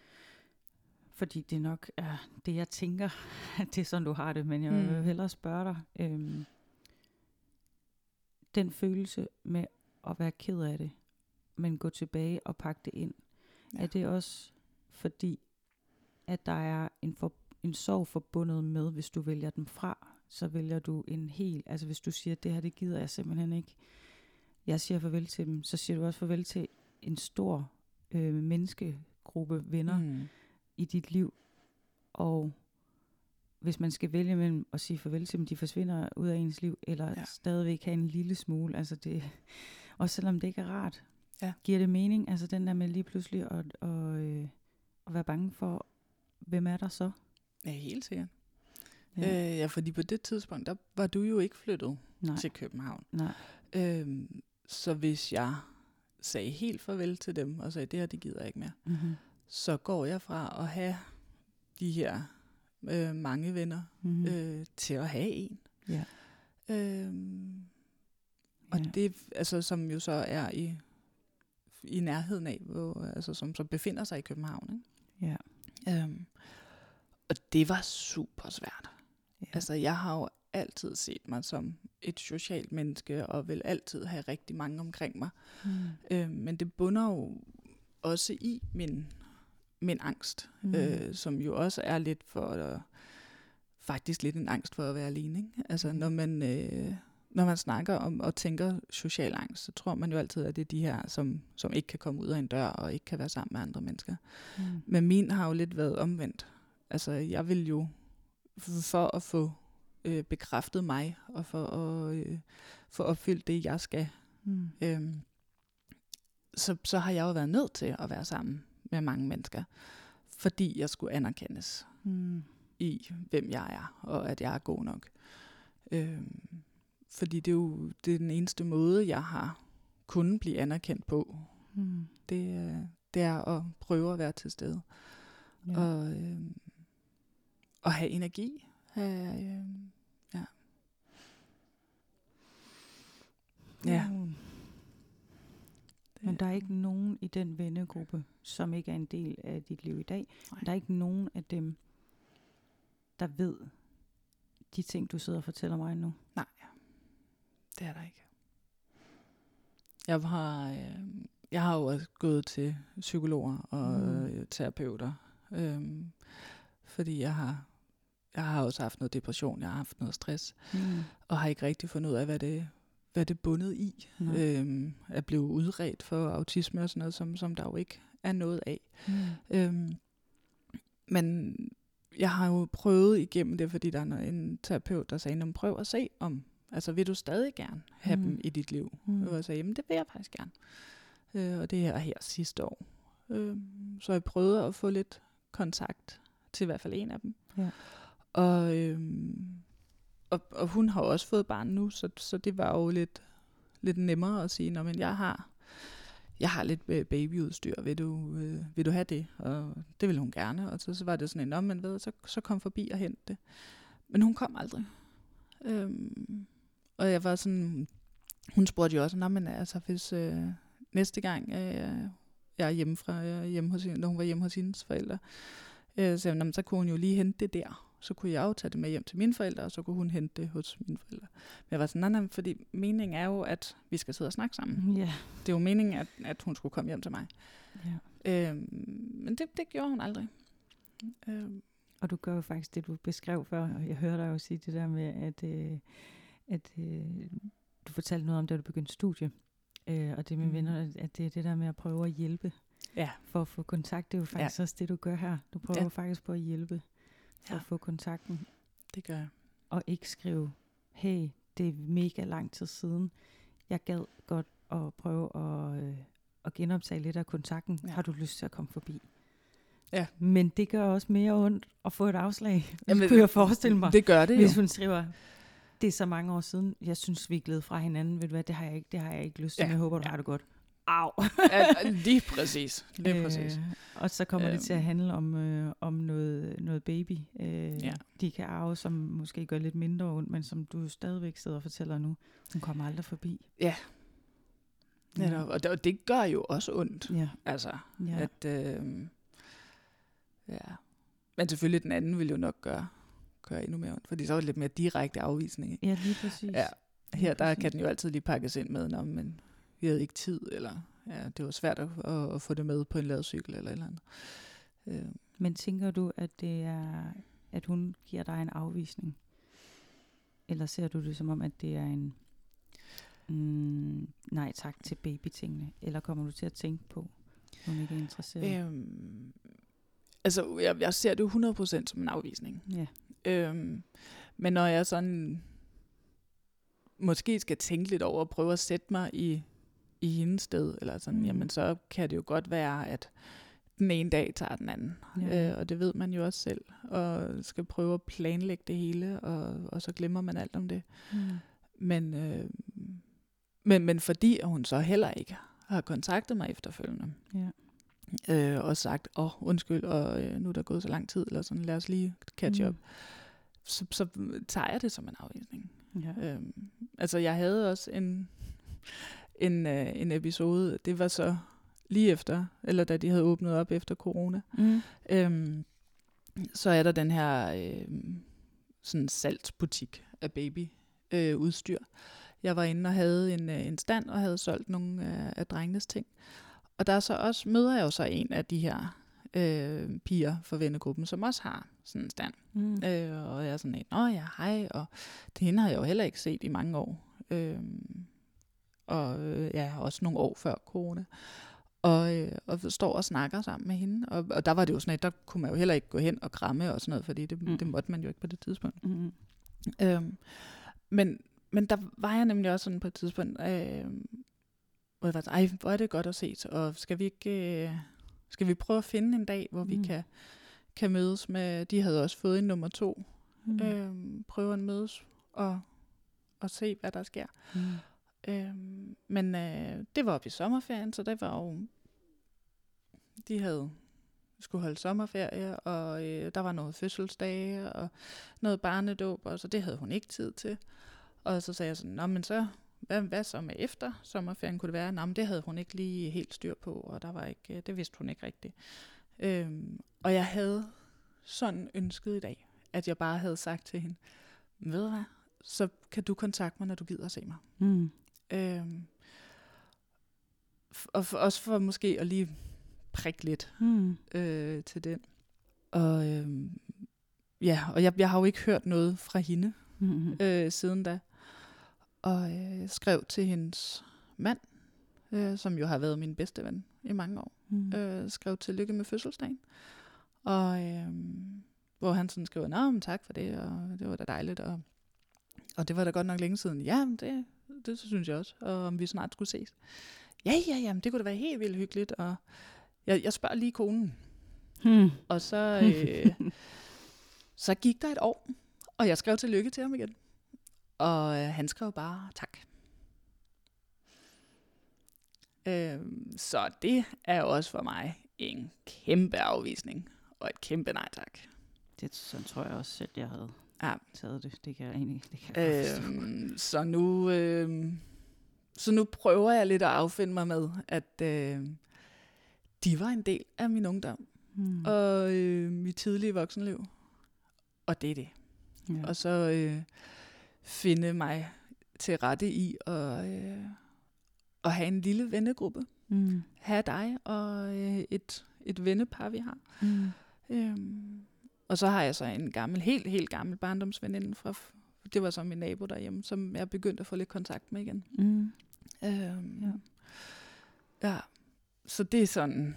Fordi det nok er det, jeg tænker, at det er sådan, du har det. Men jeg vil mm. hellere spørge dig. Øhm, den følelse med at være ked af det, men gå tilbage og pakke det ind. Ja. Er det også fordi, at der er en, for, en sorg forbundet med, hvis du vælger dem fra, så vælger du en hel, altså hvis du siger, at det her, det gider jeg simpelthen ikke. Jeg siger farvel til dem, så siger du også farvel til en stor øh, menneskegruppe venner mm. i dit liv. Og hvis man skal vælge mellem at sige farvel til dem, de forsvinder ud af ens liv, eller ja. stadigvæk have en lille smule, altså det, og selvom det ikke er rart, ja. giver det mening, altså den der med lige pludselig at, og, øh, at være bange for, hvem er der så? Ja, helt sikkert. Ja. Øh, ja, fordi på det tidspunkt, der var du jo ikke flyttet Nej. til København. Nej. Øhm, så hvis jeg sagde helt farvel til dem, og sagde, det her, det gider jeg ikke mere, mm-hmm. så går jeg fra at have de her øh, mange venner, mm-hmm. øh, til at have en. Ja. Øhm, og ja. det, altså, som jo så er i, i nærheden af, hvor, altså, som så befinder sig i København, ikke? Ja. Øhm, og det var super svært. Ja. Altså, jeg har jo altid set mig som et socialt menneske, og vil altid have rigtig mange omkring mig. Mm. Øhm, men det bunder jo også i min, min angst, mm. øh, som jo også er lidt for, øh, faktisk lidt en angst for at være alene, ikke? Altså, når man, øh, når man snakker om og tænker social angst, så tror man jo altid, at det er de her, som, som ikke kan komme ud af en dør, og ikke kan være sammen med andre mennesker. Mm. Men min har jo lidt været omvendt. Altså, jeg vil jo, for at få øh, bekræftet mig, og for at øh, få opfyldt det, jeg skal, mm. øh, så, så har jeg jo været nødt til at være sammen med mange mennesker, fordi jeg skulle anerkendes mm. i, hvem jeg er, og at jeg er god nok. Øh, fordi det er jo det er den eneste måde, jeg har kunnet blive anerkendt på. Mm. Det, det er at prøve at være til stede. Ja. Og, øh, og have energi. Have, øh, ja. Ja. Mm. Men der er ikke nogen i den vennegruppe, som ikke er en del af dit liv i dag. Der er ikke nogen af dem, der ved, de ting, du sidder og fortæller mig nu? Nej, det er der ikke. Jeg har, øh, jeg har jo også gået til psykologer og mm. øh, terapeuter, øh, fordi jeg har, jeg har også haft noget depression, jeg har haft noget stress, mm. og har ikke rigtig fundet ud af, hvad det, hvad det er bundet i. Mm. Øh, at blive udredt for autisme og sådan noget, som, som der jo ikke er noget af. Mm. Øh, men jeg har jo prøvet igennem det, fordi der er en terapeut, der sagde, prøv at se om, altså vil du stadig gerne have mm. dem i dit liv? Mm. Og jeg sagde, jamen det vil jeg faktisk gerne. Øh, og det er her sidste år. Øh, så jeg prøvede at få lidt kontakt til i hvert fald en af dem. Ja. Og, øh, og, og hun har også fået barn nu, så, så det var jo lidt, lidt nemmere at sige, nå, men jeg har, jeg har lidt babyudstyr, vil du, øh, vil du have det? Og det ville hun gerne. Og så, så var det sådan en, nå, men ved, så, så kom forbi og hente det. Men hun kom aldrig. Øhm, og jeg var sådan, hun spurgte jo også, nå, men altså, hvis øh, næste gang øh, jeg er hjemme fra, jeg er hjemme hos, når hun var hjemme hos hendes forældre, øh, så, jamen, så kunne hun jo lige hente det der. Så kunne jeg jo tage det med hjem til mine forældre, og så kunne hun hente det hos mine forældre. Men jeg var sådan, nej, nej, fordi meningen er jo, at vi skal sidde og snakke sammen. Yeah. Det er jo meningen, at, at hun skulle komme hjem til mig. Yeah. Øhm, men det, det gjorde hun aldrig. Øhm. Og du gør jo faktisk det, du beskrev før, og jeg hører dig jo sige det der med, at, øh, at øh, du fortalte noget om, da du begyndte studie. Øh, og det med mm. venner, at det er det der med at prøve at hjælpe. Ja. For at få kontakt, det er jo faktisk ja. også det, du gør her. Du prøver ja. faktisk på at hjælpe. For ja. at få kontakten. Det gør jeg. Og ikke skrive, hey, det er mega lang tid siden. Jeg gad godt at prøve at, øh, at genoptage lidt af kontakten. Ja. Har du lyst til at komme forbi? Ja. Men det gør også mere ondt at få et afslag. Jamen, kunne jeg forestille mig. Det gør det hvis jo. Hun skriver, det er så mange år siden, jeg synes, vi er glædet fra hinanden. Ved du hvad, det har jeg ikke, det har jeg ikke lyst til. Ja. Jeg håber, du ja. har det godt. Au. Ja, lige præcis. Lige øh, præcis. Og så kommer øh, det til at handle om, øh, om noget, noget baby. Øh, ja. De kan arve, som måske gør lidt mindre ondt, men som du stadigvæk sidder og fortæller nu. Hun kommer aldrig forbi. Ja. Ja. Og, det, og det gør jo også ondt. Ja. Altså, ja. at... Øh, ja. Men selvfølgelig den anden vil jo nok gøre, gøre endnu mere ondt, fordi så er det lidt mere direkte afvisning. Ja, lige præcis. Ja. Her der kan den jo altid lige pakkes ind med, når man... vi havde ikke tid, eller ja, det var svært at, at, at få det med på en ladcykel eller et eller andet. Øh. Men tænker du, at det er, at hun giver dig en afvisning? Eller ser du det som om, at det er en mm, nej tak til babytingene? Eller kommer du til at tænke på, at hun ikke er interesseret? Øhm, altså, jeg, jeg ser det hundrede procent som en afvisning. Ja. Øhm, men når jeg sådan måske skal tænke lidt over at prøve at sætte mig i i hendes sted, eller sådan, mm. jamen så kan det jo godt være, at den ene dag tager den anden. Ja. Øh, og det ved man jo også selv, og skal prøve at planlægge det hele, og, og så glemmer man alt om det. Mm. Men, øh, men, men fordi at hun så heller ikke har kontaktet mig efterfølgende, ja. øh, og sagt, åh, oh, undskyld, og øh, nu er der gået så lang tid, eller sådan, lad os lige catch mm. up, så, så tager jeg det som en afvisning. Ja. Øh, altså, jeg havde også en... En, øh, en episode, det var så lige efter, eller da de havde åbnet op efter corona, mm. øhm, så er der den her øh, sådan salgsbutik af babyudstyr. Øh, jeg var inde og havde en, en stand, og havde solgt nogle øh, af drengenes ting. Og der så også, møder jeg jo så en af de her øh, piger fra vennegruppen, som også har sådan en stand. Mm. Øh, og jeg er sådan en, nå ja, hej, og det hende har jeg jo heller ikke set i mange år. Øh, og øh, ja, også nogle år før corona, og, øh, og står og snakker sammen med hende, og, og der var det jo sådan, at der kunne man jo heller ikke gå hen og kramme og sådan noget, fordi det, mm. det måtte man jo ikke på det tidspunkt. Mm. Øhm, men, men der var jeg nemlig også sådan på et tidspunkt, øh, hvor jeg var sådan, ej, hvor er det godt at ses, og skal vi ikke, øh, skal vi prøve at finde en dag, hvor mm. vi kan, kan mødes med, de havde også fået en nummer to, mm. øh, prøve at mødes og, og se, hvad der sker. Mm. Øhm, men øh, det var oppe i sommerferien, så det var jo, de havde skulle holde sommerferie, og øh, der var noget fødselsdage og noget barnedåb, og så det havde hun ikke tid til. Og så sagde jeg sådan, nå, men så, hvad, hvad så med efter sommerferien kunne det være? Nå, men det havde hun ikke lige helt styr på, og der var ikke, det vidste hun ikke rigtigt. Øhm, og jeg havde sådan ønsket i dag, at jeg bare havde sagt til hende, ved du hvad, så kan du kontakte mig, når du gider at se mig. Mm. Øhm, f- og for, også for måske at lige prikke lidt Mm. øh, til den. Og øhm, ja, og jeg, jeg har jo ikke hørt noget fra hende Mm. øh, siden da. Og øh, jeg skrev til hendes mand, øh, som jo har været min bedste ven i mange år. Mm. Øh, skrev tillykke med fødselsdagen. Og øh, hvor han sådan skrev, nå, men tak for det, og det var da dejligt. Og, og det var da godt nok længe siden. Ja, det, det synes jeg også. Og om vi snart skulle ses. Ja, ja, ja, det kunne da være helt vildt hyggeligt. Og jeg, jeg spørger lige konen. Mm. Og så, øh, så gik der et år, og jeg skrev tillykke til ham igen. Og øh, han skrev bare tak. Øh, så det er jo også for mig en kæmpe afvisning, og et kæmpe nej tak. Det sådan tror jeg også selv, jeg havde Ja. taget det. Det kan jeg egentlig det kan jeg godt forstå. Øh, så nu, øh, så nu prøver jeg lidt at affinde mig med, at øh, de var en del af min ungdom Mm. og øh, mit tidlige voksenliv, og det er det. Ja. Og så øh, finde mig til rette i og øh, at have en lille vennegruppe. Mm. Have dig og øh, et, et vennepar, vi har. Mm. Øhm, og så har jeg så en gammel, helt, helt gammel barndomsveninde fra, det var så min nabo derhjemme, som jeg begyndte at få lidt kontakt med igen. Mm. Øhm, Ja. ja. Så det er sådan,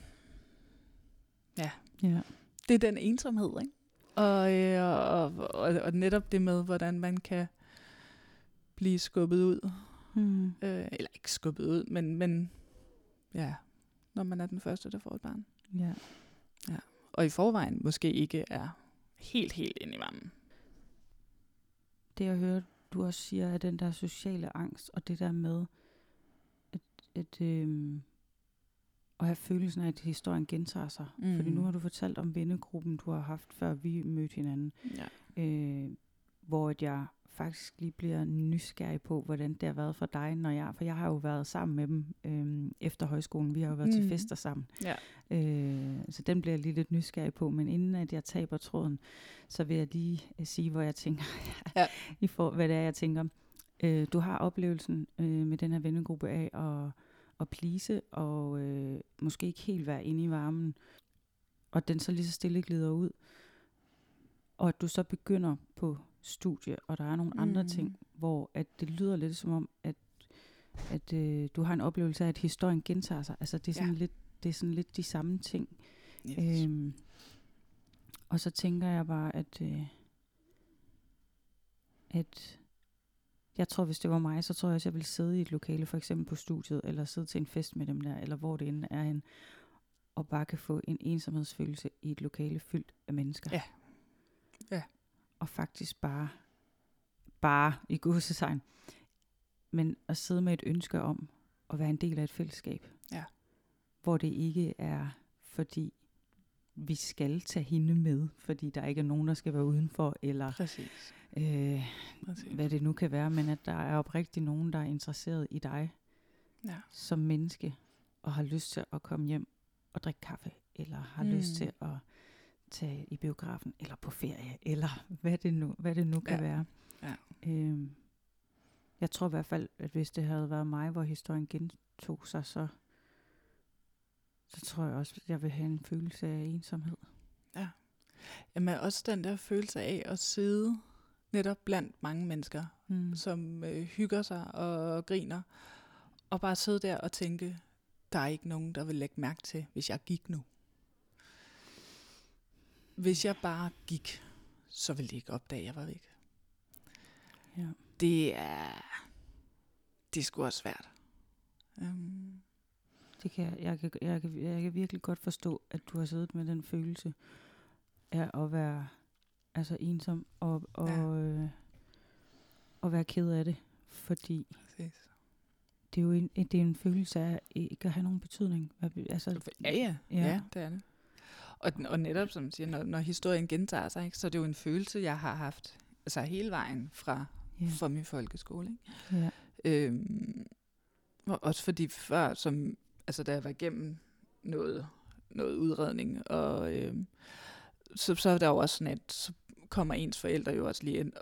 ja, Ja. det er den ensomhed, ikke? Og, øh, og, og, og netop det med, hvordan man kan blive skubbet ud. Mm. Øh, eller ikke skubbet ud, men, men ja, når man er den første, der får et barn. Ja. Og i forvejen måske ikke er helt, helt inde i varmen. Det jeg hører, du også siger, er den der sociale angst, og det der med, at, at øhm, at have følelsen af, at historien gentager sig. Mm. Fordi nu har du fortalt om vennegruppen, du har haft, før vi mødte hinanden. Ja. Øh, hvor at jeg faktisk lige bliver nysgerrig på, hvordan det har været for dig, når jeg, for jeg har jo været sammen med dem øh, efter højskolen. Vi har jo været mm. til fester sammen. Ja. Øh, så den bliver jeg lige lidt nysgerrig på. Men inden at jeg taber tråden, så vil jeg lige uh, sige, hvor jeg tænker, ja. i for, hvad det er, jeg tænker. Øh, du har oplevelsen øh, med den her vennegruppe af at, at please, og øh, måske ikke helt være inde i varmen, og den så lige så stille glider ud. Og at du så begynder på studie, og der er nogle mm. andre ting, hvor at det lyder lidt som om, at, at øh, du har en oplevelse af, at historien gentager sig. Altså det er sådan, ja. lidt, det er sådan lidt de samme ting. Yes. Øhm, og så tænker jeg bare, at, øh, at jeg tror, hvis det var mig, så tror jeg også, jeg ville sidde i et lokale, for eksempel på studiet, eller sidde til en fest med dem der, eller hvor det end er hen, og bare kan få en ensomhedsfølelse i et lokale fyldt af mennesker. Ja. Ja. Og faktisk bare, bare i gåsetegn, men at sidde med et ønske om at være en del af et fællesskab. Ja. Hvor det ikke er, fordi vi skal tage hende med, fordi der ikke er nogen, der skal være udenfor, eller Præcis. Øh, Præcis. hvad det nu kan være, men at der er oprigtigt nogen, der er interesseret i dig ja. som menneske, og har lyst til at komme hjem og drikke kaffe, eller har mm. lyst til at tage i biografen, eller på ferie, eller hvad det nu, hvad det nu kan ja. være. Ja. Øhm, jeg tror i hvert fald, at hvis det havde været mig, hvor historien gentog sig, så, så tror jeg også, at jeg vil have en følelse af ensomhed. Ja. Jamen også den der følelse af at sidde netop blandt mange mennesker, mm. som øh, hygger sig og griner, og bare sidde der og tænke, der er ikke nogen, der vil lægge mærke til, hvis jeg gik nu. Hvis jeg bare gik, så ville de ikke opdage, at jeg var væk. Ja. Det er, det er sgu også svært. Um. Det kan jeg, jeg, kan, jeg, kan, jeg kan virkelig godt forstå, at du har siddet med den følelse af at være altså ensom og, og, ja. øh, og være ked af det, fordi Præcis. det er jo en, det er en følelse af ikke at have nogen betydning. Altså, ja, ja, ja, ja, det er det. Og, og netop, som siger, når, når historien gentager sig, ikke, så er det jo en følelse, jeg har haft altså hele vejen fra, ja. fra min folkeskole. Ikke? Ja. Øhm, og også fordi før, som, altså, da jeg var igennem noget, noget udredning, og øhm, så, så er der jo også sådan, at så kommer ens forældre jo også lige ind og,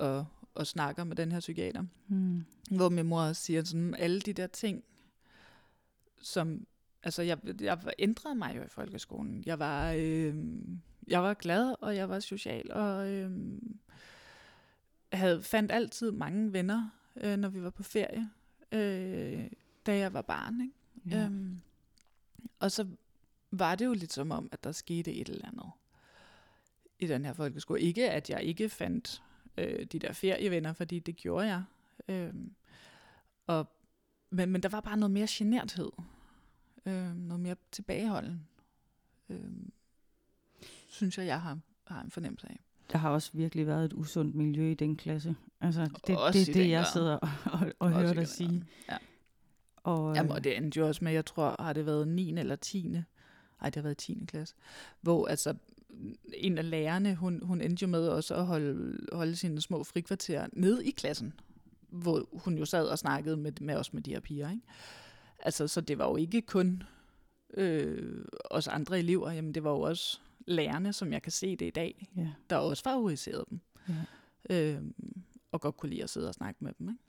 og snakker med den her psykiater, Mm. hvor min mor også siger sådan, alle de der ting, som, altså jeg, jeg ændrede mig jo i folkeskolen. Jeg var, øh, jeg var glad, og jeg var social, og øh, havde, fandt altid mange venner, øh, når vi var på ferie, øh, da jeg var barn. Ikke? Ja. Øhm, og så var det jo lidt som om, at der skete et eller andet i den her folkeskole. Ikke, at jeg ikke fandt øh, de der ferievenner, fordi det gjorde jeg. Øhm, og, men, men der var bare noget mere generthed. Øh, noget mere tilbageholden. Øh, synes jeg, jeg har, har en fornemmelse af. Der har også virkelig været et usundt miljø i den klasse. Altså, det er Også det, i det, den jeg grad. sidder og, og, og hører dig sige. Ja. Og, Jamen, og det endte jo også med, jeg tror, har det været niende eller tiende Ej, det har været tiende klasse. Hvor altså, en af lærerne, hun, hun endte jo med også at holde, holde sine små frikvarterer ned i klassen. Hvor hun jo sad og snakkede med, med os med de her piger, ikke? Altså, så det var jo ikke kun øh, os andre elever, jamen det var jo også lærerne, som jeg kan se det i dag, ja. der også favoriserede dem. Ja. Øh, og godt kunne lide at sidde og snakke med dem, ikke?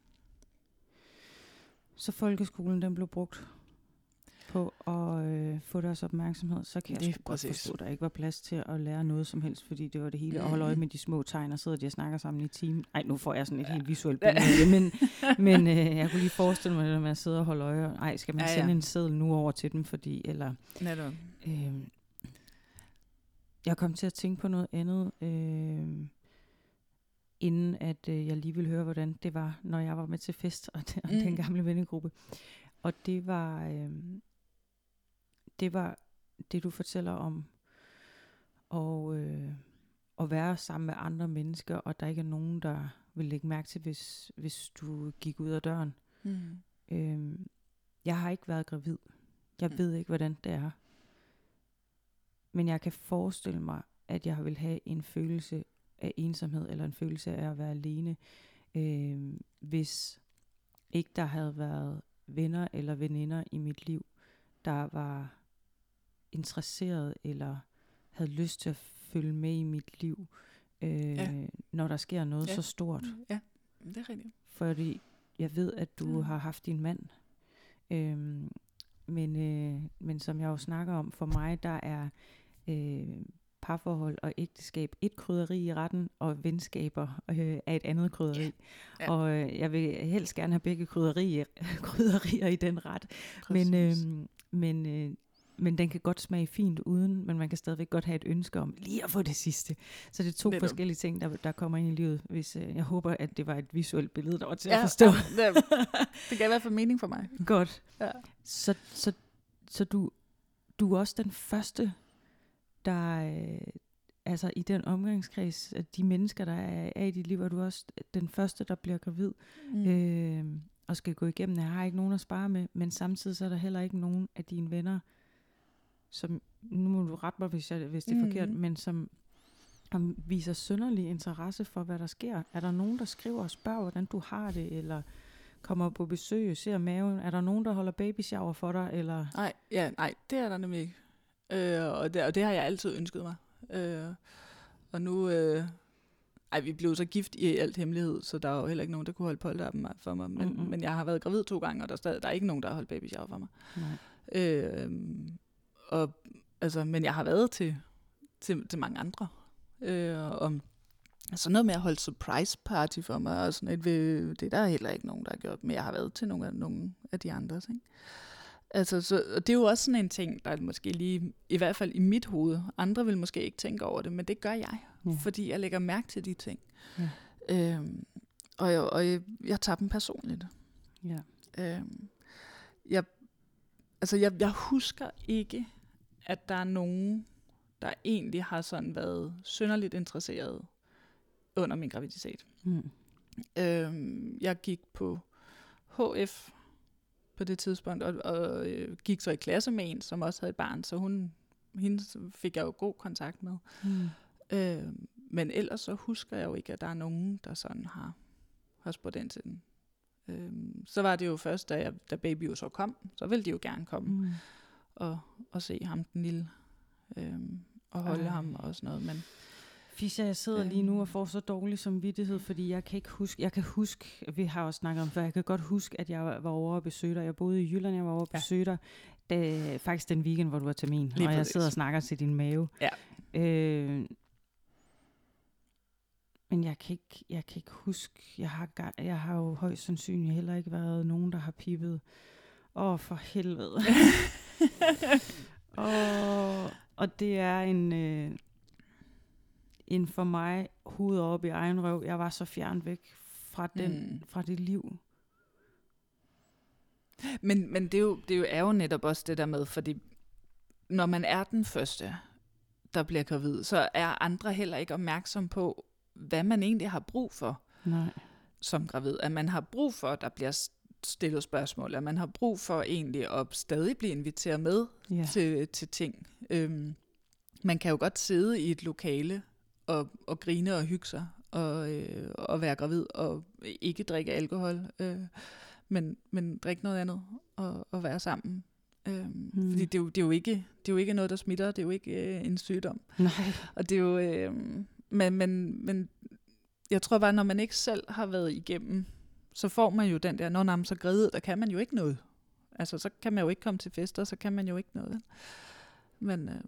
Så folkeskolen, den blev brugt på at øh, få deres opmærksomhed, så kan jeg Det sgu er godt præcis. forstå, at der ikke var plads til at lære noget som helst, fordi det var det hele. Mm. Og holde øje med de små tegn, og sidder de og snakker sammen i timen. Ej, nu får jeg sådan et Ja. helt visuelt billede, men, men øh, jeg kunne lige forestille mig det der med at sidde og holde øje. Ej, skal man Ja, ja. sende en seddel nu over til dem, fordi, eller... Netop. Øh, jeg kom til at tænke på noget andet, øh, inden at øh, jeg lige ville høre, hvordan det var, når jeg var med til fest, og, det, og Mm. den gamle vennegruppe. Og det var, øh, det var det, du fortæller om, og øh, at være sammen med andre mennesker, og der ikke er nogen, der vil lægge mærke til, hvis, hvis du gik ud af døren. Mm. Øh, jeg har ikke været gravid. Jeg Mm. ved ikke, hvordan det er. Men jeg kan forestille mig, at jeg vil have en følelse af ensomhed, eller en følelse af at være alene, øh, hvis ikke der havde været venner eller veninder i mit liv, der var interesseret eller havde lyst til at følge med i mit liv, øh, Ja. når der sker noget Ja. så stort. Ja, det er rigtigt. Fordi jeg ved, at du Mm. har haft din mand. Øhm, men, øh, men som jeg jo snakker om, for mig, der er øh, parforhold og ægteskab et krydderi i retten, og venskaber øh, er et andet krydderi. Ja. Ja. Og øh, jeg vil helst gerne have begge krydderier, krydderier i den ret. Men, Præcis. øh, men, øh, men den kan godt smage fint uden, men man kan stadigvæk godt have et ønske om lige at få det sidste. Så det er to Netop. forskellige ting, der, der kommer ind i livet. Hvis, øh, jeg håber, at det var et visuelt billede, der var til Ja, at forstå. ja, det, det gav i hvert fald mening for mig. Godt. Ja. Så, så, så du, du er også den første, der øh, altså i den omgangskreds, at de mennesker, der er, er i dit liv, er du også den første, der bliver gravid, Mm. øh, og skal gå igennem. Jeg har ikke nogen at spare med, men samtidig så er der heller ikke nogen af dine venner, som, nu må du rette mig, hvis, jeg, hvis det er Mhm. forkert, men som, som viser synderlig interesse for, hvad der sker. Er der nogen, der skriver og spørger, hvordan du har det, eller kommer på besøg, ser maven? Er der nogen, der holder baby shower for dig, eller... Nej, ja, nej, det er der nemlig ikke. Øh, og, det, og det har jeg altid ønsket mig. Øh, og nu... Øh, ej, vi blev så gift i alt hemmelighed, så der er jo heller ikke nogen, der kunne holde polterappen for mig. Men, Mm-mm. men jeg har været gravid to gange, og der er, stadig, der er ikke nogen, der har holdt baby shower for mig. Nej. Øh, og, altså, men jeg har været til, til, til mange andre. Øh, og sådan noget med at holde surprise party for mig, og sådan et, ved, det er der heller ikke nogen, der har gjort. Men jeg har været til nogle af, nogle af de andres, ikke? Altså, så, og det er jo også sådan en ting, der er måske lige, i hvert fald i mit hoved, andre vil måske ikke tænke over det, men det gør jeg, Ja. fordi jeg lægger mærke til de ting. Ja. Øhm, og jeg, og jeg, jeg tager dem personligt. Ja. Øhm, jeg, altså, jeg, jeg husker ikke, at der er nogen, der egentlig har sådan været synderligt interesseret under min graviditet. Mm. Øhm, jeg gik på H F på det tidspunkt, og, og øh, gik så i klasse med en, som også havde et barn, så hun, hende fik jeg jo god kontakt med. Mm. Øh, men ellers så husker jeg jo ikke, at der er nogen, der sådan har, har spurgt ind til den. Øh, så var det jo først, da, jeg, da baby jo så kom, så ville de jo gerne komme Mm. og, og se ham, den lille, øh, og holde Ej. ham og sådan noget. Men Fischer, jeg sidder lige nu og får så dårlig samvittighed, fordi jeg kan ikke huske, jeg kan huske, vi har også snakket om før, jeg kan godt huske, at jeg var over og besøgte dig. Jeg boede i Jylland, jeg var over og besøgte dig, da, faktisk den weekend, hvor du var termin, lige og præcis. Jeg sidder og snakker til din mave. Ja. Øh, men jeg kan ikke, jeg kan ikke huske, jeg har, jeg har jo højst sandsynligt heller ikke været nogen, der har pippet. Åh, for helvede. og, og det er en... Øh, en for mig hovedet op i egen røv. Jeg var så fjernt væk fra, den, mm. fra det liv. Men, men det, er jo, det er jo, er jo netop også det der med, fordi når man er den første, der bliver gravid, så er andre heller ikke opmærksom på, hvad man egentlig har brug for. Nej. Som gravid. At man har brug for, at der bliver stillet spørgsmål, at man har brug for egentlig at stadig blive inviteret med ja. til, til ting. Øhm, man kan jo godt sidde i et lokale, Og, og grine og hygge sig, og, øh, og være gravid, og ikke drikke alkohol, øh, men, men drikke noget andet, og, og være sammen. Øh, mm. Fordi det er, jo, det, er jo ikke, det er jo ikke noget, der smitter, det er jo ikke øh, en sygdom. Nej. Og det er jo, øh, men, men, men jeg tror bare, når man ikke selv har været igennem, så får man jo den der, når man er så gravid, der kan man jo ikke noget. Altså, så kan man jo ikke komme til fester, så kan man jo ikke noget. Men, øh,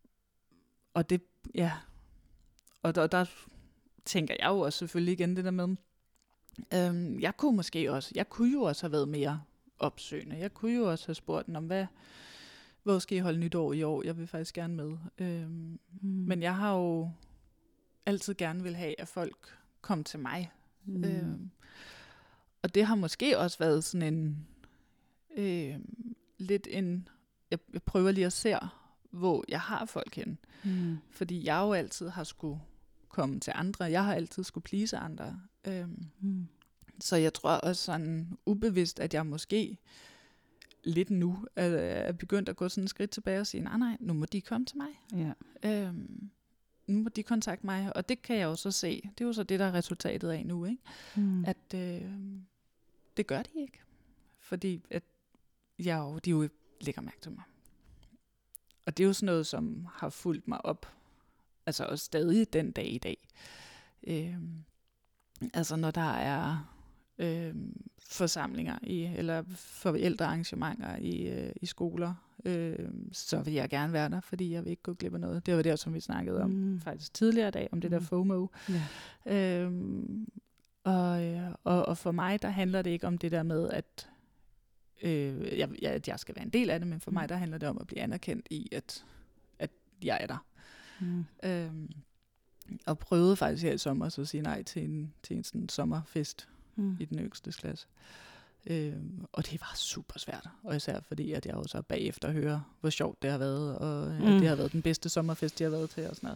og det, ja... Og der, der tænker jeg jo også selvfølgelig igen det der med, øhm, jeg kunne måske også, jeg kunne jo også have været mere opsøgende. Jeg kunne jo også have spurgt om, hvad, hvor skal I holde nytår i år? Jeg vil faktisk gerne med. Øhm, mm. Men jeg har jo altid gerne vil have, at folk kom til mig. Mm. Øhm, og det har måske også været sådan en, øh, lidt en, jeg, jeg prøver lige at se, hvor jeg har folk hen. Mm. Fordi jeg jo altid har skulle komme til andre. Jeg har altid skulle please andre. Øhm, mm. Så jeg tror også sådan ubevidst, at jeg måske lidt nu er, er begyndt at gå sådan et skridt tilbage og sige, nej, nej, nu må de komme til mig. Ja. Øhm, nu må de kontakte mig. Og det kan jeg jo så se. Det er jo så det, der er resultatet af nu, ikke? Mm. At øh, det gør de ikke. Fordi at jeg jo, de jo lægger mærke til mig. Og det er jo sådan noget, som har fulgt mig op, altså også stadig den dag i dag. Øhm, altså når der er øhm, forsamlinger i, eller forældrearrangementer i, øh, i skoler, øh, så vil jeg gerne være der, fordi jeg vil ikke gå glip af noget. Det var det, som vi snakkede om mm. faktisk tidligere i dag, om det der FOMO. Ja. Øhm, og, og, og for mig, der handler det ikke om det der med, at Øh, jeg, jeg, at jeg skal være en del af det, men for mm. mig der handler det om at blive anerkendt i, at, at jeg er der. Mm. Øhm, og prøvede faktisk her i sommer så at sige nej til en, til en sådan sommerfest mm. i den yngste klasse. Øhm, og det var super svært, og især fordi, at jeg også bagefter hører, hvor sjovt det har været, og mm. at det har været den bedste sommerfest, jeg har været til og sådan noget.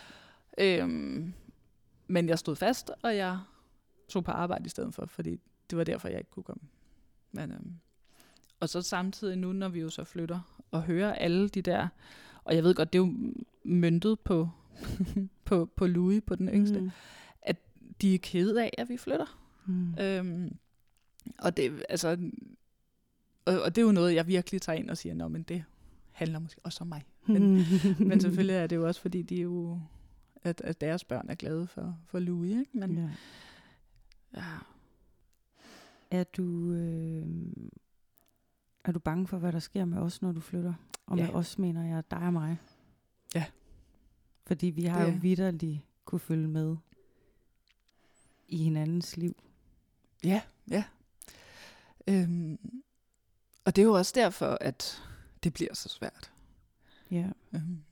Øhm, men jeg stod fast, og jeg tog på arbejde i stedet for, fordi det var derfor, jeg ikke kunne komme. Men øhm, og så samtidig nu, når vi jo så flytter og hører alle de der, og jeg ved godt, det er jo møntet på, på, på Louis, på den yngste, mm. at de er kede af, at vi flytter. Mm. Øhm, og, det, altså, og, og det er jo noget, jeg virkelig tager ind og siger, nå, men det handler måske også om mig. Men, men selvfølgelig er det jo også, fordi de jo, at, at deres børn er glade for, for Louis, ikke? Men, ja. ja. Er du... Øh Er du bange for, hvad der sker med os, når du flytter? Og ja. Med os mener jeg dig og mig. Ja. Fordi vi har det. jo vitterligt kunne følge med i hinandens liv. Ja, ja. Øhm, og det er jo også derfor, at det bliver så svært. Ja. Øhm.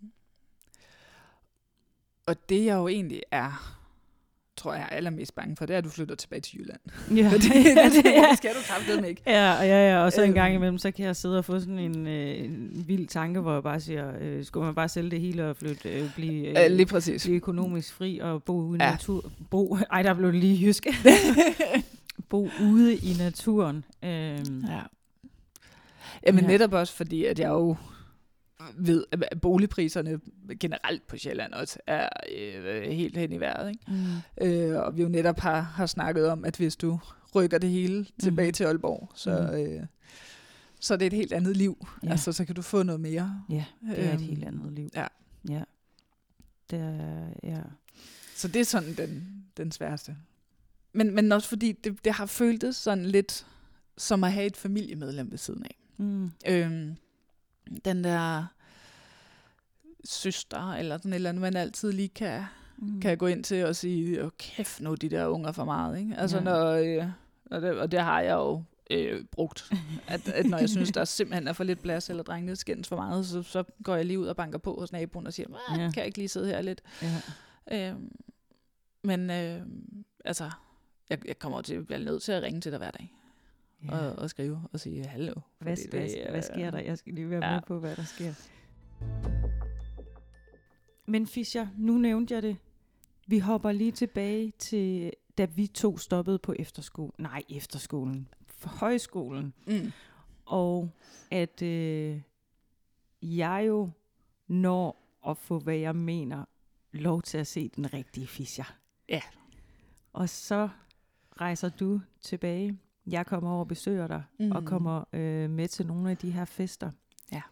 Og det jeg jo egentlig er... tror jeg er allermest bange for, det er, at du flytter tilbage til Jylland. Ja. det, det, det skal du kraftedeme ikke. Ja, ja, ja, og så en gang imellem, så kan jeg sidde og få sådan en, øh, en vild tanke, hvor jeg bare siger, øh, skulle man bare sælge det hele og flytte, øh, blive, øh, øh, lige præcis. blive økonomisk fri og bo ude i ja. natur. Bo, ej, der blev det lige jysk. Bo ude i naturen. Øhm, ja. Jamen ja. netop også, fordi at jeg jo ved, at boligpriserne generelt på Sjælland også er øh, helt hen i vejret. Ikke? Mm. Øh, og vi jo netop har, har snakket om, at hvis du rykker det hele tilbage mm. til Aalborg, så, mm. øh, så er det et helt andet liv. Ja. Altså, så kan du få noget mere. Ja, det er et øhm, helt andet liv. Ja. Ja. Det er, ja. Så det er sådan den, den sværeste. Men, men også fordi det, det har føltes sådan lidt som at have et familiemedlem ved siden af. Mm. Øhm, den der søster, eller sådan et eller andet, man altid lige kan, mm. kan gå ind til og sige, åh kæft nu, de der unger for meget. Ikke? Altså, ja. når, øh, og, det, og det har jeg jo øh, brugt. At, at når jeg synes, der simpelthen er for lidt plads, eller drengene skændes for meget, så, så går jeg lige ud og banker på hos naboen og siger, ja. kan jeg ikke lige sidde her lidt? Ja. Øhm, men øh, altså, jeg, jeg kommer til at blive nødt til at ringe til dig hver dag. Ja. Og, og skrive og sige hallo. Hvad, det, hvad, øh, hvad sker der? Jeg skal lige være ja. med på, hvad der sker. Men Fischer, nu nævnte jeg det. Vi hopper lige tilbage til, da vi to stoppede på efterskolen. Nej, efterskolen. For højskolen. Mm. Og at øh, jeg jo når at få, hvad jeg mener, lov til at se den rigtige Fischer. Ja. Og så rejser du tilbage. Jeg kommer over og besøger dig, mm. og kommer øh, med til nogle af de her fester. Ja.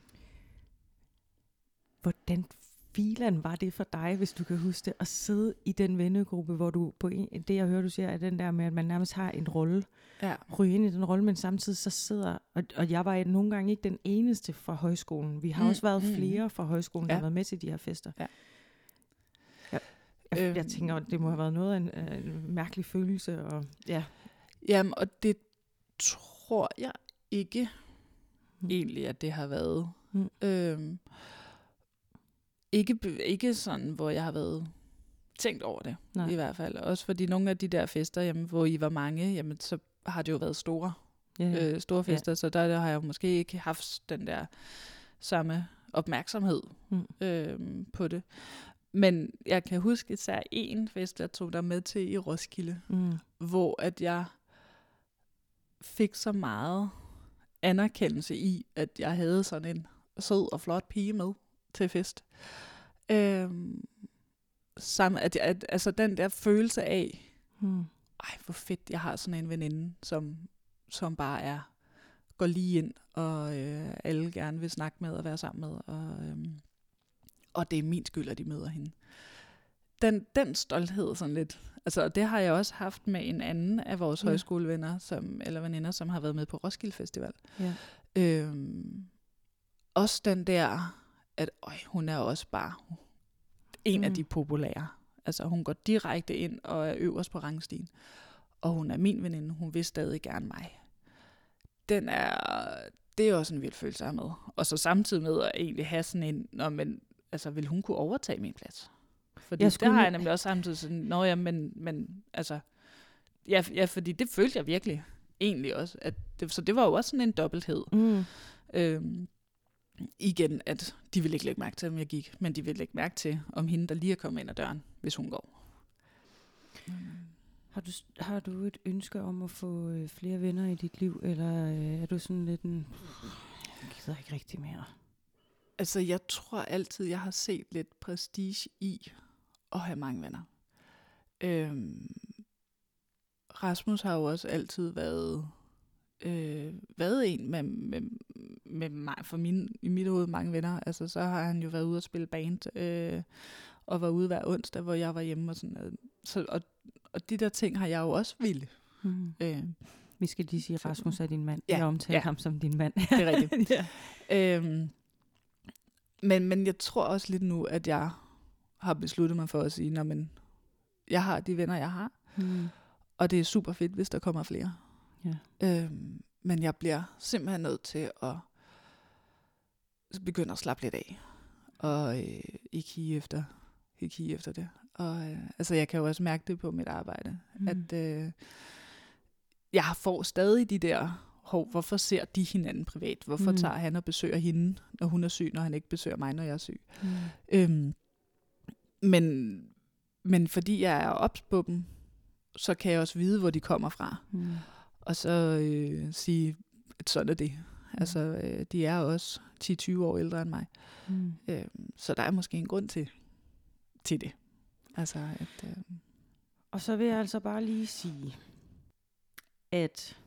Hvordan filan var det for dig, hvis du kan huske det, at sidde i den vennegruppe, hvor du, på en, det jeg hører, du siger, er den der med, at man nærmest har en rolle, ja. ryge ind i den rolle, men samtidig så sidder, og, og jeg var nogle gange ikke den eneste fra højskolen. Vi har mm. også været flere fra højskolen, ja. der har været med til de her fester. Ja. Jeg, jeg, øhm. jeg tænker, det må have været noget af en, en mærkelig følelse. Og, ja. Jamen, og det tror jeg ikke mm. egentlig, at det har været. Mm. Øhm, ikke, ikke sådan, hvor jeg har været tænkt over det, Nej. i hvert fald. Også fordi nogle af de der fester, jamen, hvor I var mange, jamen, så har det jo været store, ja, ja. Øh, store fester, ja. Så der, der har jeg måske ikke haft den der samme opmærksomhed mm. øhm, på det. Men jeg kan huske især en fest, jeg tog der med til i Roskilde, mm. hvor at jeg fik så meget anerkendelse i, at jeg havde sådan en sød og flot pige med til fest. Øhm, sammen, at, at, altså den der følelse af, hmm. ej hvor fedt, jeg har sådan en veninde, som, som bare er, går lige ind, og øh, alle gerne vil snakke med og være sammen med, og, øhm, og det er min skyld, at de møder hende. Den, den stolthed sådan lidt, altså det har jeg også haft med en anden af vores ja. højskolevenner, som, eller veninder, som har været med på Roskilde Festival. Ja. Øhm, også den der, at øj, hun er også bare en mm. af de populære. Altså hun går direkte ind og er øverst på rangstigen. Og hun er min veninde, hun vil stadig gerne mig. Den er, det er også en vild følelse af med. Og så samtidig med at egentlig have sådan en, nå, men, altså vil hun kunne overtage min plads? Fordi det har jeg nemlig også samtidig sådan, nå ja, men, men altså, ja, ja, fordi det følte jeg virkelig, egentlig også. At det, så det var jo også sådan en dobbelthed. Mm. Øhm, igen, at de ville ikke lægge mærke til, om jeg gik, men de ville lægge mærke til, om hende, der lige er kommet ind ad døren, hvis hun går. Mm. Har du, har du et ønske om at få øh, flere venner i dit liv, eller øh, er du sådan lidt en, jeg gider ikke rigtig mere? Altså, jeg tror altid, jeg har set lidt prestige i at have mange venner. Øhm, Rasmus har jo også altid været, øh, været en med, med, med mig, for min, i mit hoved mange venner. Altså, så har han jo været ude og spille band, øh, og var ude hver onsdag, hvor jeg var hjemme og sådan. Så, og, og de der ting har jeg jo også ville. Mm. Øh, Vi skal lige sige, at Rasmus er din mand. Ja, jeg omtaler ja. ham som din mand. Det er rigtigt. ja. øhm, men, men jeg tror også lidt nu, at jeg har besluttet mig for at sige, nå, men jeg har de venner, jeg har. Mm. Og det er super fedt, hvis der kommer flere. Ja. Øhm, men jeg bliver simpelthen nødt til at begynde at slappe lidt af. Og øh, ikke hige efter, ikke hige efter det. Og øh, altså, jeg kan jo også mærke det på mit arbejde, mm. at øh, jeg får stadig de der, hov, hvorfor ser de hinanden privat? Hvorfor mm. tager han og besøger hende, når hun er syg, når han ikke besøger mig, når jeg er syg? Mm. Øhm, men, men fordi jeg er ops på dem, så kan jeg også vide, hvor de kommer fra. Mm. Og så øh, sige, at sådan er det. Mm. Altså, øh, de er også ti til tyve år ældre end mig. Mm. Øhm, så der er måske en grund til, til det. Altså, at, øh... Og så vil jeg altså bare lige sige, at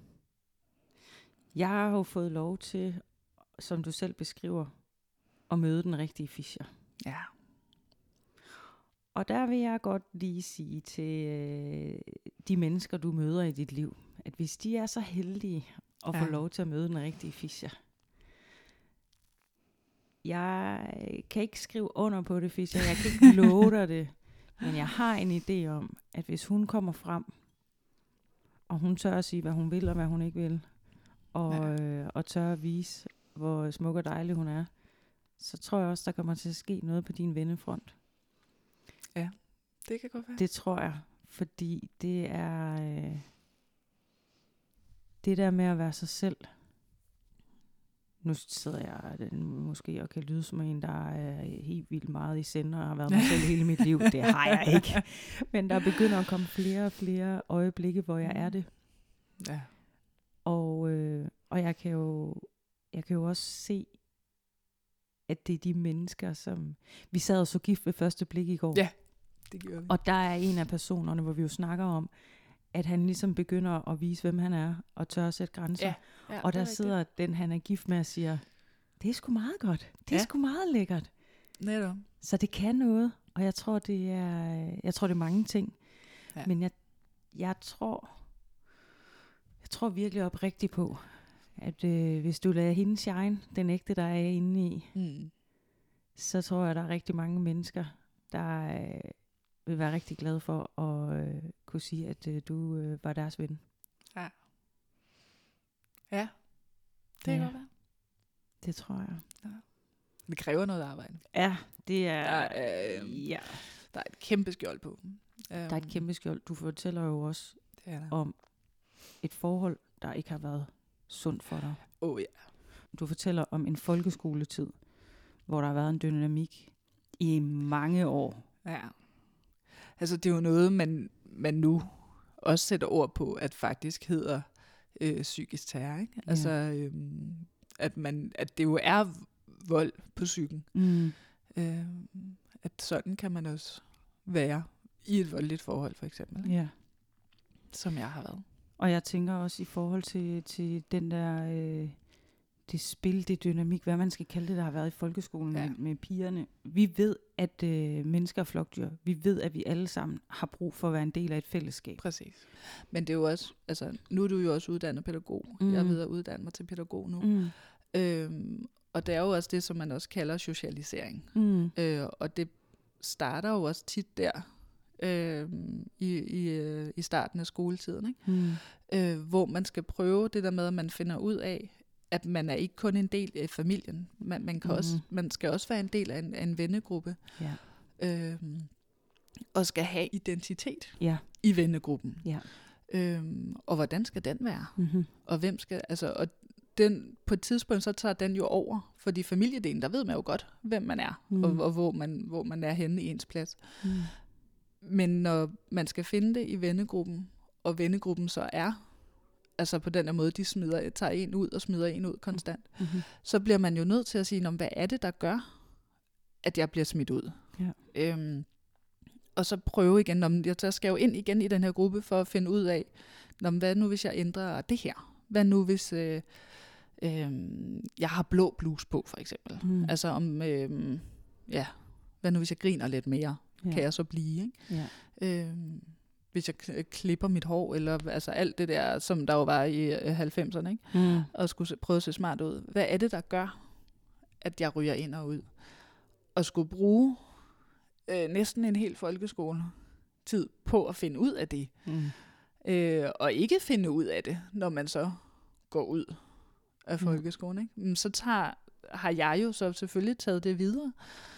jeg har jo fået lov til, som du selv beskriver, at møde den rigtige Fischer. Ja. Og der vil jeg godt lige sige til øh, de mennesker, du møder i dit liv, at hvis de er så heldige at ja. få lov til at møde den rigtige Fischer. Jeg kan ikke skrive under på det, Fischer. Jeg kan ikke love dig det. Men jeg har en idé om, at hvis hun kommer frem, og hun tør at sige, hvad hun vil og hvad hun ikke vil, og, ja. øh, og tør at vise, hvor smuk og dejlig hun er, så tror jeg også, der kommer til at ske noget på din vennefront. Ja, det kan godt være. Det tror jeg, fordi det er øh, det der med at være sig selv. Nu sidder jeg måske og kan lyde som en, der er helt vildt meget i sender og har været mig selv hele mit liv. Det har jeg ikke. Men der begynder at komme flere og flere øjeblikke, hvor jeg er det. Ja. Og, øh, og jeg kan jo jeg kan jo også se, at det er de mennesker, som... Vi sad og så Gift ved første blik i går. Ja, det gjorde vi. Og der er en af personerne, hvor vi jo snakker om, at han ligesom begynder at vise, hvem han er, og tør at sætte grænser. Ja, ja, og der sidder det. Den, han er gift med, og siger, det er sgu meget godt. Det er ja. sgu meget lækkert. Netop. Så det kan noget, og jeg tror, det er, jeg tror, det er mange ting. Ja. Men jeg, jeg tror, jeg tror virkelig oprigtigt på, at øh, hvis du lader hende shine, den ægte, der er inde i, mm. så tror jeg, der er rigtig mange mennesker, der øh, vil være rigtig glade for at øh, kunne sige, at øh, du øh, var deres ven. Ja. Ja, det ja. kan godt være. Det tror jeg. Ja. Det kræver noget arbejde. Ja, det er... Der er, øh, ja. der er et kæmpe skjold på. Um, der er et kæmpe skjold. Du fortæller jo også det er der. om et forhold, der ikke har været sundt for dig. Åh oh, ja. Du fortæller om en folkeskoletid, hvor der har været en dynamik i mange år. Ja. Altså det er jo noget, man, man nu også sætter ord på, at faktisk hedder øh, psykisk terror. Ikke? Ja. Altså øh, at, man, at det jo er vold på psyken. Mm. Øh, at sådan kan man også være i et voldeligt forhold, for eksempel. Ikke? Ja. Som jeg har været. Og jeg tænker også i forhold til, til den der, øh, det spil, det dynamik, hvad man skal kalde det, der har været i folkeskolen ja. med, med pigerne. Vi ved, at øh, mennesker er flokdyr. Vi ved, at vi alle sammen har brug for at være en del af et fællesskab. Præcis. Men det er jo også, altså nu er du jo også uddannet pædagog. Mm. Jeg er ved at uddanne mig til pædagog nu. Mm. Øhm, og det er jo også det, som man også kalder socialisering. Mm. Øh, og det starter jo også tit der, Øh, i, i, i starten af skoletiden, ikke? Mm. Øh, hvor man skal prøve det der med, at man finder ud af, at man er ikke kun en del af familien. Man, man, kan mm. også, man skal også være en del af en, af en vennegruppe. Ja. Øh, og skal have identitet ja. i vennegruppen. Ja. Øh, og hvordan skal den være? Mm-hmm. Og hvem skal, altså, og den, på et tidspunkt, så tager den jo over, fordi familiedelen, der ved man jo godt, hvem man er, mm. og, og hvor, man, hvor man er henne i ens plads. Mm. Men når man skal finde det i vennegruppen, og vennegruppen så er, altså på den her måde, de smider, tager en ud og smider en ud konstant, mm-hmm. så bliver man jo nødt til at sige, hvad er det, der gør, at jeg bliver smidt ud? Ja. Øhm, og så prøve igen, om jeg skal jo ind igen i den her gruppe, for at finde ud af, hvad nu hvis jeg ændrer det her? Hvad nu hvis øh, øh, jeg har blå bluse på, for eksempel? Mm. Altså om, øh, ja, hvad nu hvis jeg griner lidt mere? Ja. Kan jeg så blive, ikke? Ja. Øhm, hvis jeg k- klipper mit hår, eller altså alt det der, som der jo var i øh, halvfemserne, ikke? Mm. Og skulle se, prøve at se smart ud. Hvad er det, der gør, at jeg ryger ind og ud? Og skulle bruge øh, næsten en hel folkeskole tid på at finde ud af det. Mm. Øh, og ikke finde ud af det, når man så går ud af folkeskolen, ikke? Så tager, har jeg jo så selvfølgelig taget det videre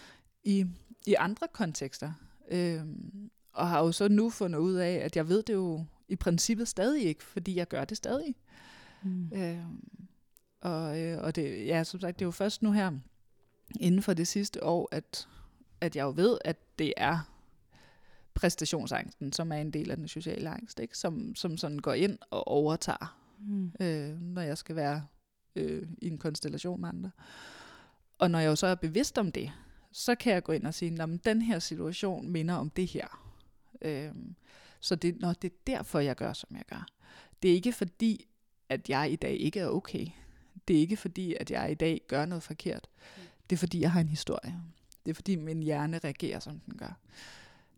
i i andre kontekster, øhm, og har jo så nu fundet ud af, at jeg ved det jo i princippet stadig ikke, fordi jeg gør det stadig. Mm. Øhm, og øh, og det, ja, som sagt, det er jo først nu her, inden for det sidste år, at, at jeg jo ved, at det er præstationsangsten, som er en del af den sociale angst, ikke? Som, som sådan går ind og overtager, mm. øh, når jeg skal være øh, i en konstellation med andre. Og når jeg jo så er bevidst om det, så kan jeg gå ind og sige, at den her situation minder om det her. Øhm, så det, nå, det er derfor, jeg gør, som jeg gør. Det er ikke fordi, at jeg i dag ikke er okay. Det er ikke fordi, at jeg i dag gør noget forkert. Det er fordi, jeg har en historie. Det er fordi, min hjerne reagerer, som den gør.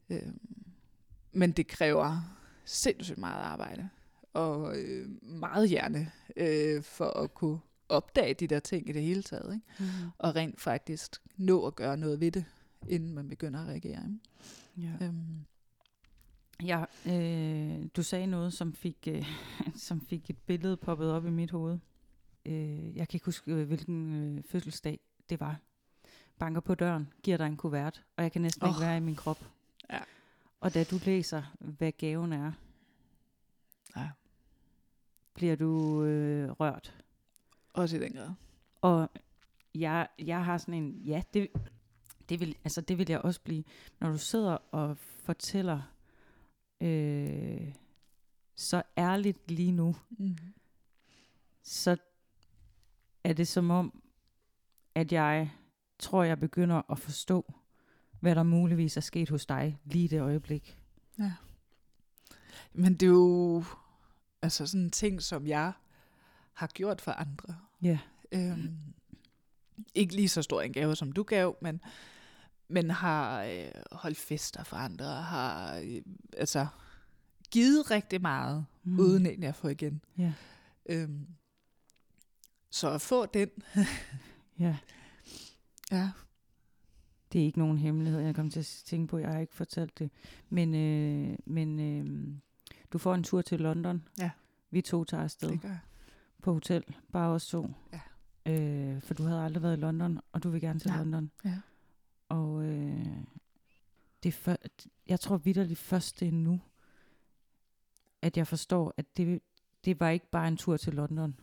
Øh, men det kræver sindssygt meget arbejde, og øh, meget hjerne, øh, for at kunne opdage de der ting i det hele taget, ikke? Mm. Og rent faktisk nå at gøre noget ved det, inden man begynder at reagere. Ikke? Ja. Øhm. Ja, øh, du sagde noget, som fik, øh, som fik et billede poppet op i mit hoved. Øh, jeg kan ikke huske, hvilken øh, fødselsdag det var. Banker på døren, giver dig en kuvert, og jeg kan næsten oh. ikke være i min krop. Ja. Og da du læser, hvad gaven er, ja. bliver du øh, rørt. Også i den grad. Og jeg, jeg har sådan en, ja, det, det, vil, altså det vil jeg også blive, når du sidder og fortæller øh, så ærligt lige nu, mm. så er det som om, at jeg tror, jeg begynder at forstå, hvad der muligvis er sket hos dig lige i det øjeblik. Ja. Men det er jo altså sådan en ting, som jeg har gjort for andre. Ja. Øhm, ikke lige så stor en gave, som du gav, men, men har øh, holdt fester for andre, har øh, altså givet rigtig meget, mm. uden egentlig at få igen. Ja. Øhm, så at få den. ja. Ja. Det er ikke nogen hemmelighed. Jeg kom til at tænke på, at jeg har ikke fortalt det. Men, øh, men øh, du får en tur til London. Ja. Vi to tager afsted. Det gør jeg. På hotel. Bare os to. Ja. Øh, for du havde aldrig været i London, og du vil gerne til ja. London. Ja. Og øh, det er for, jeg tror vitterligt først det er nu, at jeg forstår, at det, det var ikke bare en tur til London.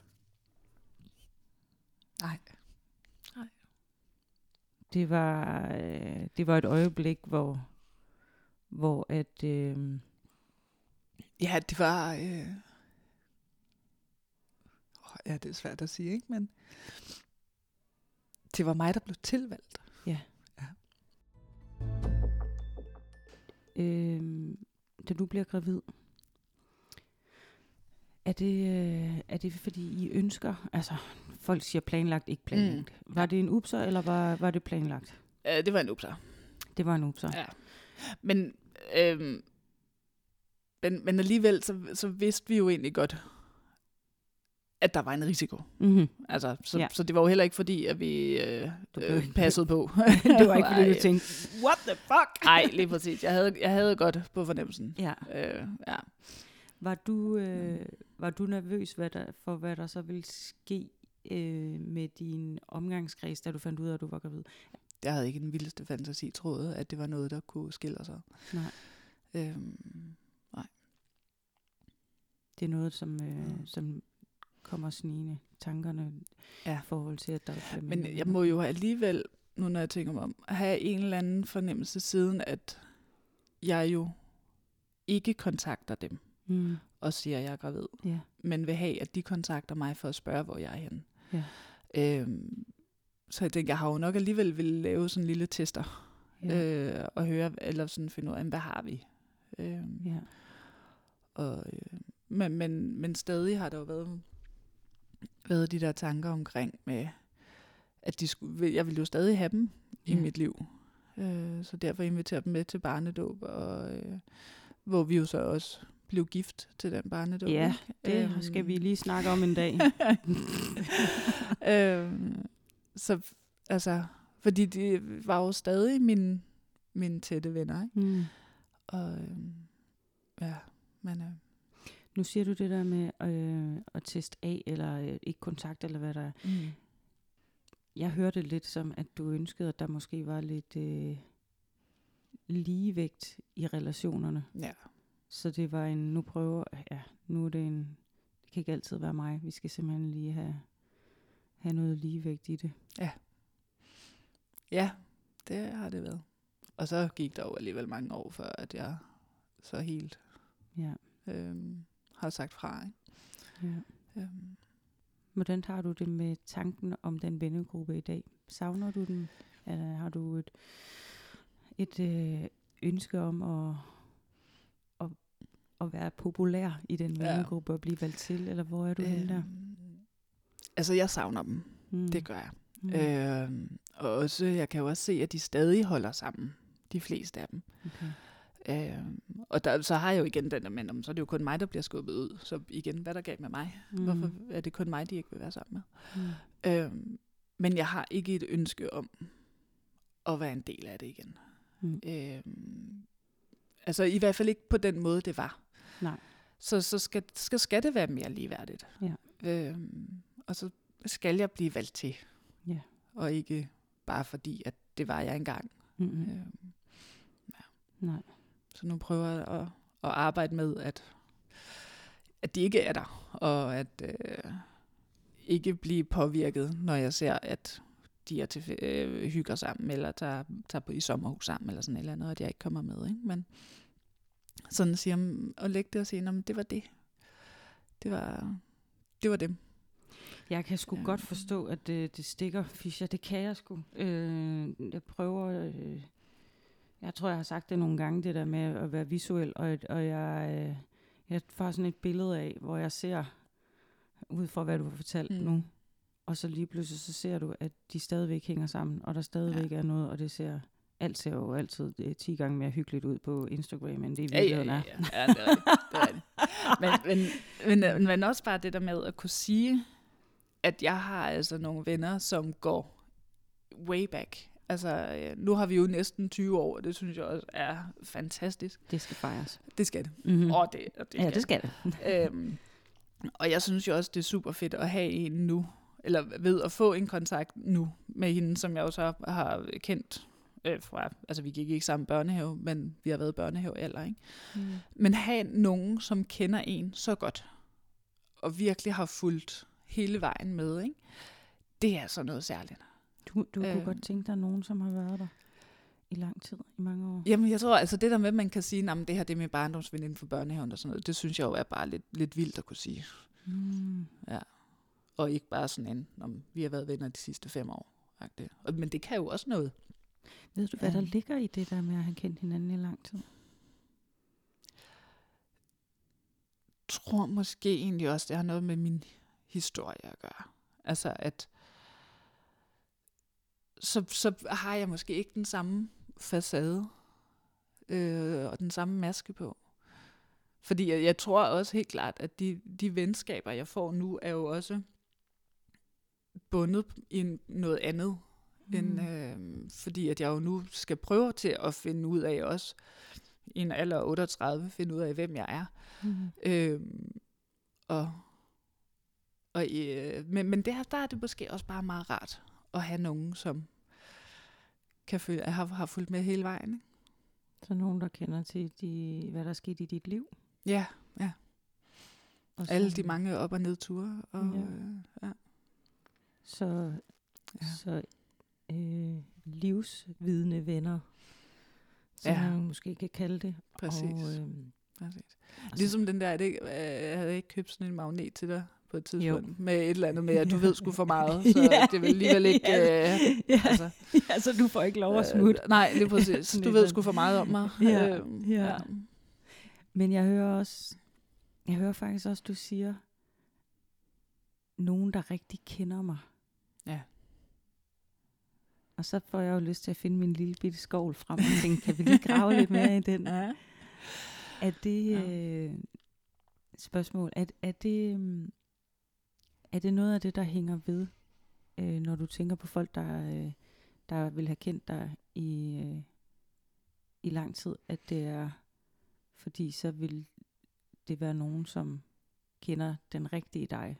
Nej. Nej. Det var, øh, det var et øjeblik, hvor, hvor at... Øh, ja, det var... Øh, ja, det er svært at sige, ikke? Men det var mig, der blev tilvalgt. Ja. ja. Øh, da du bliver gravid, er det, øh, er det fordi I ønsker, altså folk siger planlagt, ikke planlagt. Mm. Var det en upser, eller var, var det planlagt? Øh, det var en upser. Det var en upser. Ja. Men, øh, men, men alligevel, så, så vidste vi jo egentlig godt, at der var en risiko. Mm-hmm. Altså, så, ja. så det var jo heller ikke fordi, at vi øh, øh, passede på. Det var ikke fordi, du tænkte, what the fuck? Nej, lige præcis. Jeg havde, jeg havde godt på fornemmelsen. Ja. Øh, ja. Var du, øh, var du nervøs hvad der, for, hvad der så ville ske øh, med din omgangskreds, da du fandt ud af, at du var gravid? Jeg havde ikke den vildeste fantasi troet, at det var noget, der kunne skille os ad. Nej. Øhm, nej. Det er noget, som, øh, mm. som kommer snigende, tankerne ja. i forhold til, at der bliver... Men jeg må jo alligevel, nu når jeg tænker mig om, have en eller anden fornemmelse siden, at jeg jo ikke kontakter dem. Mm. Og siger, at jeg er gravid. Yeah. Men vil have, at de kontakter mig for at spørge, hvor jeg er henne. Yeah. Øhm, så jeg tænker, jeg har jo nok alligevel ville lave sådan en lille tester. Yeah. Øh, og høre, eller sådan finde ud af, hvad har vi? Øhm, yeah. og, øh, men, men, men stadig har der jo været, været de der tanker omkring med, at de skulle, jeg ville jo stadig have dem yeah. i mit liv. Øh, så derfor inviterer jeg dem med til barnedåb, og øh, hvor vi jo så også blev gift til den barnedåb. Ja, det øhm. skal vi lige snakke om en dag. øhm, så altså, fordi de var jo stadig mine, mine tætte venner, ikke? Mm. Og øhm, ja, men... Øh. Nu siger du det der med øh, at teste af, eller øh, ikke kontakt, eller hvad der er. Mm. Jeg hørte lidt som, at du ønskede, at der måske var lidt øh, ligevægt i relationerne. Ja. Så det var en, nu prøver, ja, nu er det en, det kan ikke altid være mig. Vi skal simpelthen lige have, have noget ligevægt i det. Ja. Ja, det har det været. Og så gik der jo alligevel mange år, før at jeg så helt ja. øhm, har sagt fra. Ikke? Ja. Øhm. Hvordan tager du det med tanken om den vennegruppe i dag? Savner du den? Eller har du et, et øh, ønske om at... at være populær i den vennegruppe ja. og blive valgt til, eller hvor er du øh, henne der? Altså, jeg savner dem. Mm. Det gør jeg. Mm. Øh, og også, jeg kan jo også se, at de stadig holder sammen. De fleste af dem. Okay. Øh, og der, så har jeg jo igen den der, men så er det jo kun mig, der bliver skubbet ud. Så igen, hvad der galt med mig? Mm. Hvorfor er det kun mig, de ikke vil være sammen med? Mm. Øh, men jeg har ikke et ønske om at være en del af det igen. Mm. Øh, altså i hvert fald ikke på den måde, det var. Nej. Så, så skal, skal, skal det være mere ligeværdigt. Ja. Øh, og så skal jeg blive valgt til. Ja. Og ikke bare fordi, at det var jeg engang. Mm-hmm. Øh, ja. Nej. Så nu prøver jeg at, at arbejde med, at, at de ikke er der. Og at øh, ikke blive påvirket, når jeg ser, at de er til, øh, hygger sammen, eller tager, tager på i sommerhus sammen, eller sådan et eller andet, og at jeg ikke kommer med. Ikke? Men sådan siger og lægge det og sige, at det var det. Det var, det var dem. Jeg kan sgu ja. godt forstå, at det, det stikker, Fischer. Det kan jeg sgu. Øh, jeg prøver... Øh, jeg tror, jeg har sagt det nogle gange, det der med at være visuel, og, og jeg, øh, jeg får sådan et billede af, hvor jeg ser, ud fra hvad du har fortalt mm. nu, og så lige pludselig så ser du, at de stadigvæk hænger sammen, og der stadigvæk ja. er noget, og det ser... Alt ser jo altid det, ti gange mere hyggeligt ud på Instagram, end det i virkeligheden er. Ja, ja, ja. ja det er rigtigt. Det er rigtigt. Men, men, men, men også bare det der med at kunne sige, at jeg har altså nogle venner, som går way back. Altså, nu har vi jo næsten tyve år, og det synes jeg også er fantastisk. Det skal fejres. Det skal det. Mm-hmm. Og det, og det ja, det skal det. øhm, og jeg synes jo også, det er super fedt at have en nu, eller ved at få en kontakt nu med hende, som jeg også har kendt øh, fra, altså vi gik ikke sammen børnehave, men vi har været børnehavealder, ikke? Mm. Men have nogen, som kender en så godt, og virkelig har fulgt hele vejen med, ikke? Det er så noget særligt. Du, du øh, kunne godt tænke dig nogen, som har været der i lang tid, i mange år? Jamen jeg tror, altså det der med, at man kan sige, at det her det er min barndomsveninde for børnehaven og sådan noget, det synes jeg jo er bare lidt, lidt vildt at kunne sige. Mm. Ja. Og ikke bare sådan en, om vi har været venner de sidste fem år. Men det kan jo også noget. Ved du, hvad ja. der ligger i det der med at have kendt hinanden i lang tid? Jeg tror måske egentlig også, det har noget med min historie at gøre. Altså at så, så har jeg måske ikke den samme facade øh, og den samme maske på. Fordi jeg, jeg tror også helt klart, at de, de venskaber, jeg får nu, er jo også bundet i noget andet. Mm. End, øh, fordi at jeg jo nu skal prøve til at finde ud af også, i en alder af otteogtredive, finde ud af, hvem jeg er. Mm. Øh, og, og, øh, men men der, der er det måske også bare meget rart at have nogen, som kan føle, har, har fulgt med hele vejen. Ikke? Så nogen, der kender til, de, hvad der er sket i dit liv? Ja, ja. Og alle de mange op- og nedture. Og, ja. Øh, ja. Så, ja. så øh, livsvidende venner, som ja. man måske kan kalde det. Præcis. Og, øh, Præcis. Altså, ligesom den der, det, jeg havde ikke købt sådan en magnet til dig på et tidspunkt, jo. Med et eller andet med, at du ved sgu for meget, så ja, det vil alligevel ikke... Ja, øh, ja, altså, ja, så du får ikke lov at smutte. Øh, nej, det er præcis. Du ved sgu for meget om mig. Ja, øh, ja. ja. Men jeg hører også, jeg hører faktisk også, du siger, nogen, der rigtig kender mig. Ja. Og så får jeg jo lyst til at finde min lille bitte skovl frem og tænke, kan vi lige grave lidt mere i den? Ja. Er det øh, spørgsmål, er, er det øh, er det noget af det, der hænger ved, øh, når du tænker på folk, der, øh, der vil have kendt dig i, øh, i lang tid, at det er, fordi så vil det være nogen, som kender den rigtige dig?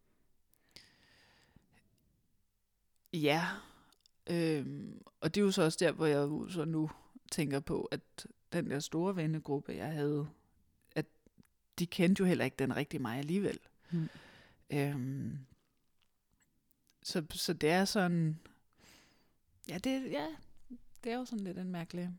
Ja, øhm, og det er jo så også der, hvor jeg så nu tænker på, at den der store vennegruppe, jeg havde, at de kendte jo heller ikke den rigtige mig alligevel. Mm. Øhm, så, så det er sådan, ja det, ja, det er jo sådan lidt en mærkelig,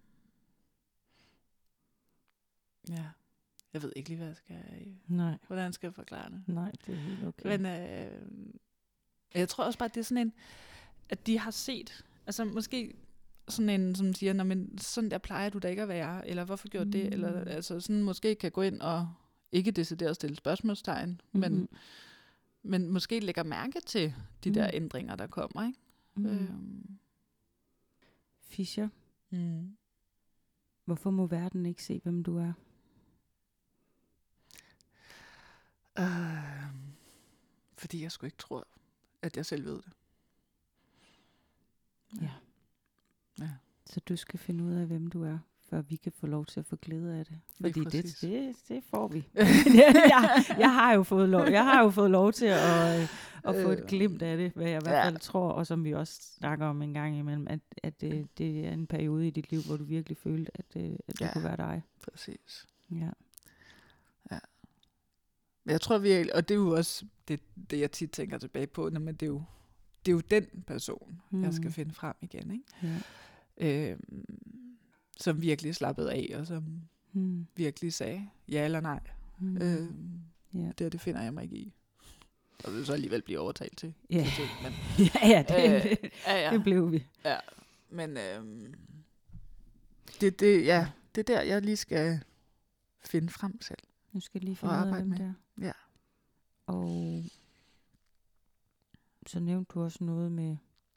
ja, jeg ved ikke lige, hvad jeg skal, Nej. hvordan skal jeg forklare det? Nej, det er helt okay. Men øh, jeg tror også bare, at det er sådan en, at de har set, altså måske sådan en, som siger, nå, men sådan der plejer du da ikke at være, eller hvorfor gjorde mm. det, eller altså sådan måske kan gå ind og ikke decideret stille spørgsmålstegn, mm-hmm. men, men måske lægger mærke til de mm. der ændringer, der kommer, ikke? Mm. Øhm. Fischer, mm. Hvorfor må verden ikke se, hvem du er? Uh, fordi jeg sgu ikke tror, at jeg selv ved det. Ja. Ja. Så du skal finde ud af, hvem du er, før vi kan få lov til at få glæde af det. Fordi det, det, det får vi. jeg, jeg, har jo fået lov, jeg har jo fået lov til at, at få et glimt af det, hvad jeg i hvert fald ja. tror, og som vi også snakker om en gang imellem, at, at det, det er en periode i dit liv, hvor du virkelig følte, at, at det ja. kunne være dig. Præcis. Ja. Ja. Men jeg tror virkelig, og det er jo også det, det jeg tit tænker tilbage på, men det er jo, det er jo den person, mm. jeg skal finde frem igen, ikke? Ja. Øhm, som virkelig slappede af, og som mm. virkelig sagde ja eller nej. Mm. Øhm, yeah. Det, det finder jeg mig ikke i. Og vil så alligevel blive overtalt til. Yeah. til ting, men, ja, ja, det, øh, ja, ja, det blev vi. Ja, men øhm, det, det, ja, det er der, jeg lige skal finde frem selv. Nu skal lige finde ud af dem med. Der. Ja. Og så nævnte du også noget med,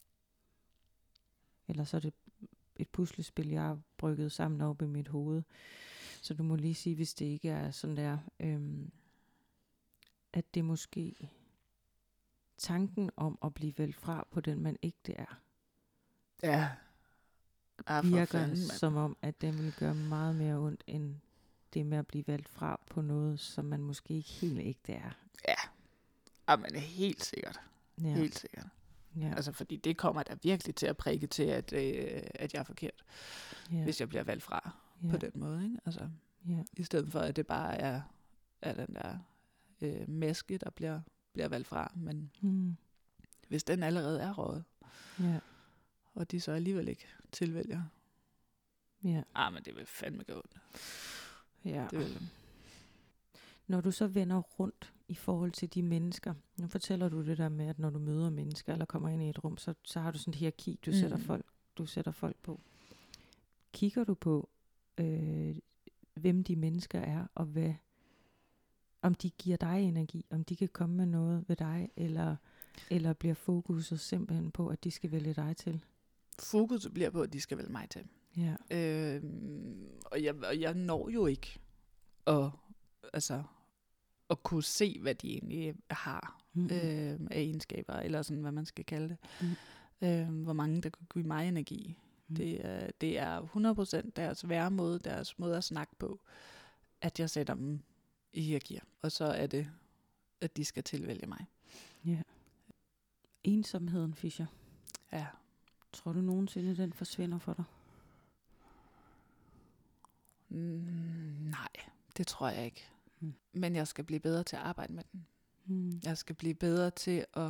eller så er det et puslespil, jeg har brygget sammen op i mit hoved. Så du må lige sige, hvis det ikke er sådan der, øhm, at det måske tanken om at blive valgt fra på den, man ikke det er. Ja. Ah, virker fanden, som om, at den vil gøre meget mere ondt, end det med at blive valgt fra på noget, som man måske ikke helt ægte er. Ja. Ah, men helt sikkert. Ja. Helt sikkert. Ja. Altså, fordi det kommer der virkelig til at prikke til, at, øh, at jeg er forkert. Ja. Hvis jeg bliver valgt fra ja. på den måde, ikke? Altså, ja. I stedet for, at det bare er, er den der øh, maske, der bliver, bliver valgt fra. Men mm. hvis den allerede er røget, ja. og de så alligevel ikke tilvælger, ja. ah, men det vil fandme gå ondt. Ja. Det vil. Når du så vender rundt i forhold til de mennesker, nu fortæller du det der med, at når du møder mennesker, eller kommer ind i et rum, så, så har du sådan et hierarki, du, mm. sætter folk, du sætter folk på. Kigger du på, øh, hvem de mennesker er, og hvad, om de giver dig energi, om de kan komme med noget ved dig, eller, eller bliver fokuset simpelthen på, at de skal vælge dig til? Fokuset bliver på, at de skal vælge mig til. Ja. Øh, og, jeg, og jeg når jo ikke at, altså, at kunne se, hvad de egentlig har mm-hmm. øh, af egenskaber, eller sådan, hvad man skal kalde det. Mm. Øh, hvor mange, der kan give mig energi. Mm. Det, er, det er hundrede procent deres væremåde, deres måde at snakke på, at jeg sætter dem i hierarkier. Og så er det, at de skal tilvælge mig. Ja. Ensomheden, Fischer. Ja. Tror du nogensinde, den forsvinder for dig? Mm, nej, det tror jeg ikke. Mm. Men jeg skal blive bedre til at arbejde med den. Mm. Jeg skal blive bedre til at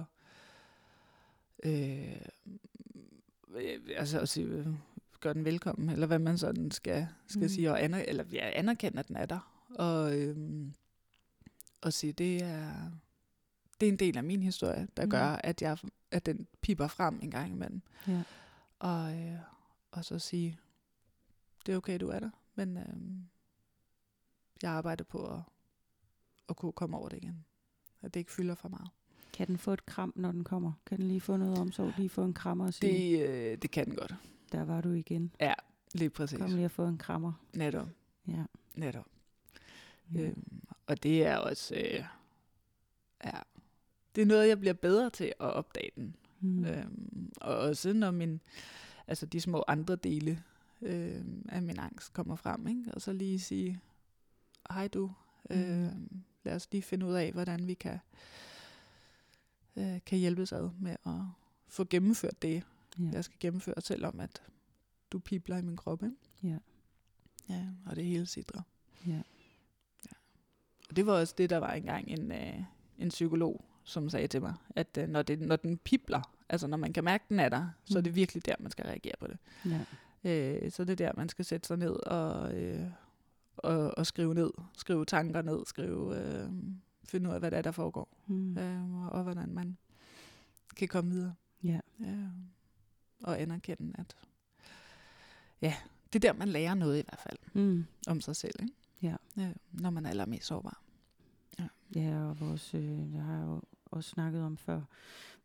øh, altså at sige, øh, gøre den velkommen, eller hvad man sådan skal, skal mm. sige, og aner, eller ja, anerkende, at den er der. Og, øh, og sige, det er, det er en del af min historie, der mm. gør, at, jeg, at den piper frem en gang imellem. Ja. Og, øh, og så sige, det er okay, du er der, men øh, jeg arbejder på at, at kunne komme over det igen. At det ikke fylder for meget. Kan den få et kram, når den kommer? Kan den lige få noget omsorg? Lige få en krammer og sige? Det, øh, det kan den godt. Der var du igen. Ja, lige præcis. Kom lige at få en krammer. Netop. Ja. Netop. Ja. Øhm, og det er også, øh, ja, det er noget, jeg bliver bedre til at opdage den. Mm. Øhm, og også når min, altså de små andre dele øh, af min angst kommer frem, ikke? Og så lige sige, hej du, mm. øh, lad os lige finde ud af, hvordan vi kan, øh, kan hjælpes ad med at få gennemført det, ja. jeg skal gennemføre, selvom at du pibler i min krop, ikke? Ja. Ja, og det hele sidder. Ja. Ja. Og det var også det, der var engang en, øh, en psykolog, som sagde til mig, at øh, når, det, når den pibler, altså når man kan mærke, den er der, mm. så er det virkelig der, man skal reagere på det. Ja. Øh, så det er der, man skal sætte sig ned og, øh, og, og skrive ned, skrive tanker ned, skrive, øh, finde ud af, hvad der er, der foregår, mm. øh, og, og hvordan man kan komme videre. Ja. Øh, og anerkende, at ja, det er der, man lærer noget i hvert fald, mm. om sig selv, ikke? Ja. Ja, når man er allermest sårbar. Ja, ja og vores, øh, jeg har jo også snakket om før,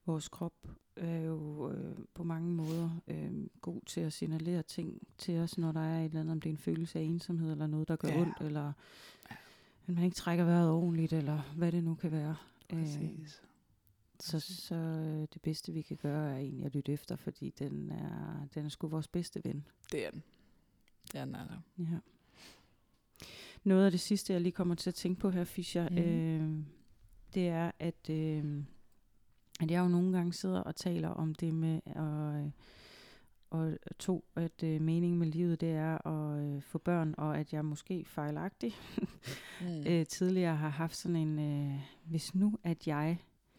vores krop er jo øh, på mange måder øh, god til at signalere ting til os, når der er et eller andet, om det er en følelse af ensomhed, eller noget, der gør Ja. ondt, eller at man ikke trækker vejret ordentligt, eller hvad det nu kan være. Præcis. Så, så øh, det bedste, vi kan gøre, er egentlig at lytte efter, fordi den er, den er sgu vores bedste ven. Det er den. Det er den altså. Ja. Noget af det sidste, jeg lige kommer til at tænke på her, Fischer, mm. øh, det er, at, øh, at jeg jo nogle gange sidder og taler om det med, og, og to, at øh, meningen med livet, det er at øh, få børn, og at jeg måske fejlagtig mm. øh, tidligere har haft sådan en, øh, hvis nu, at jeg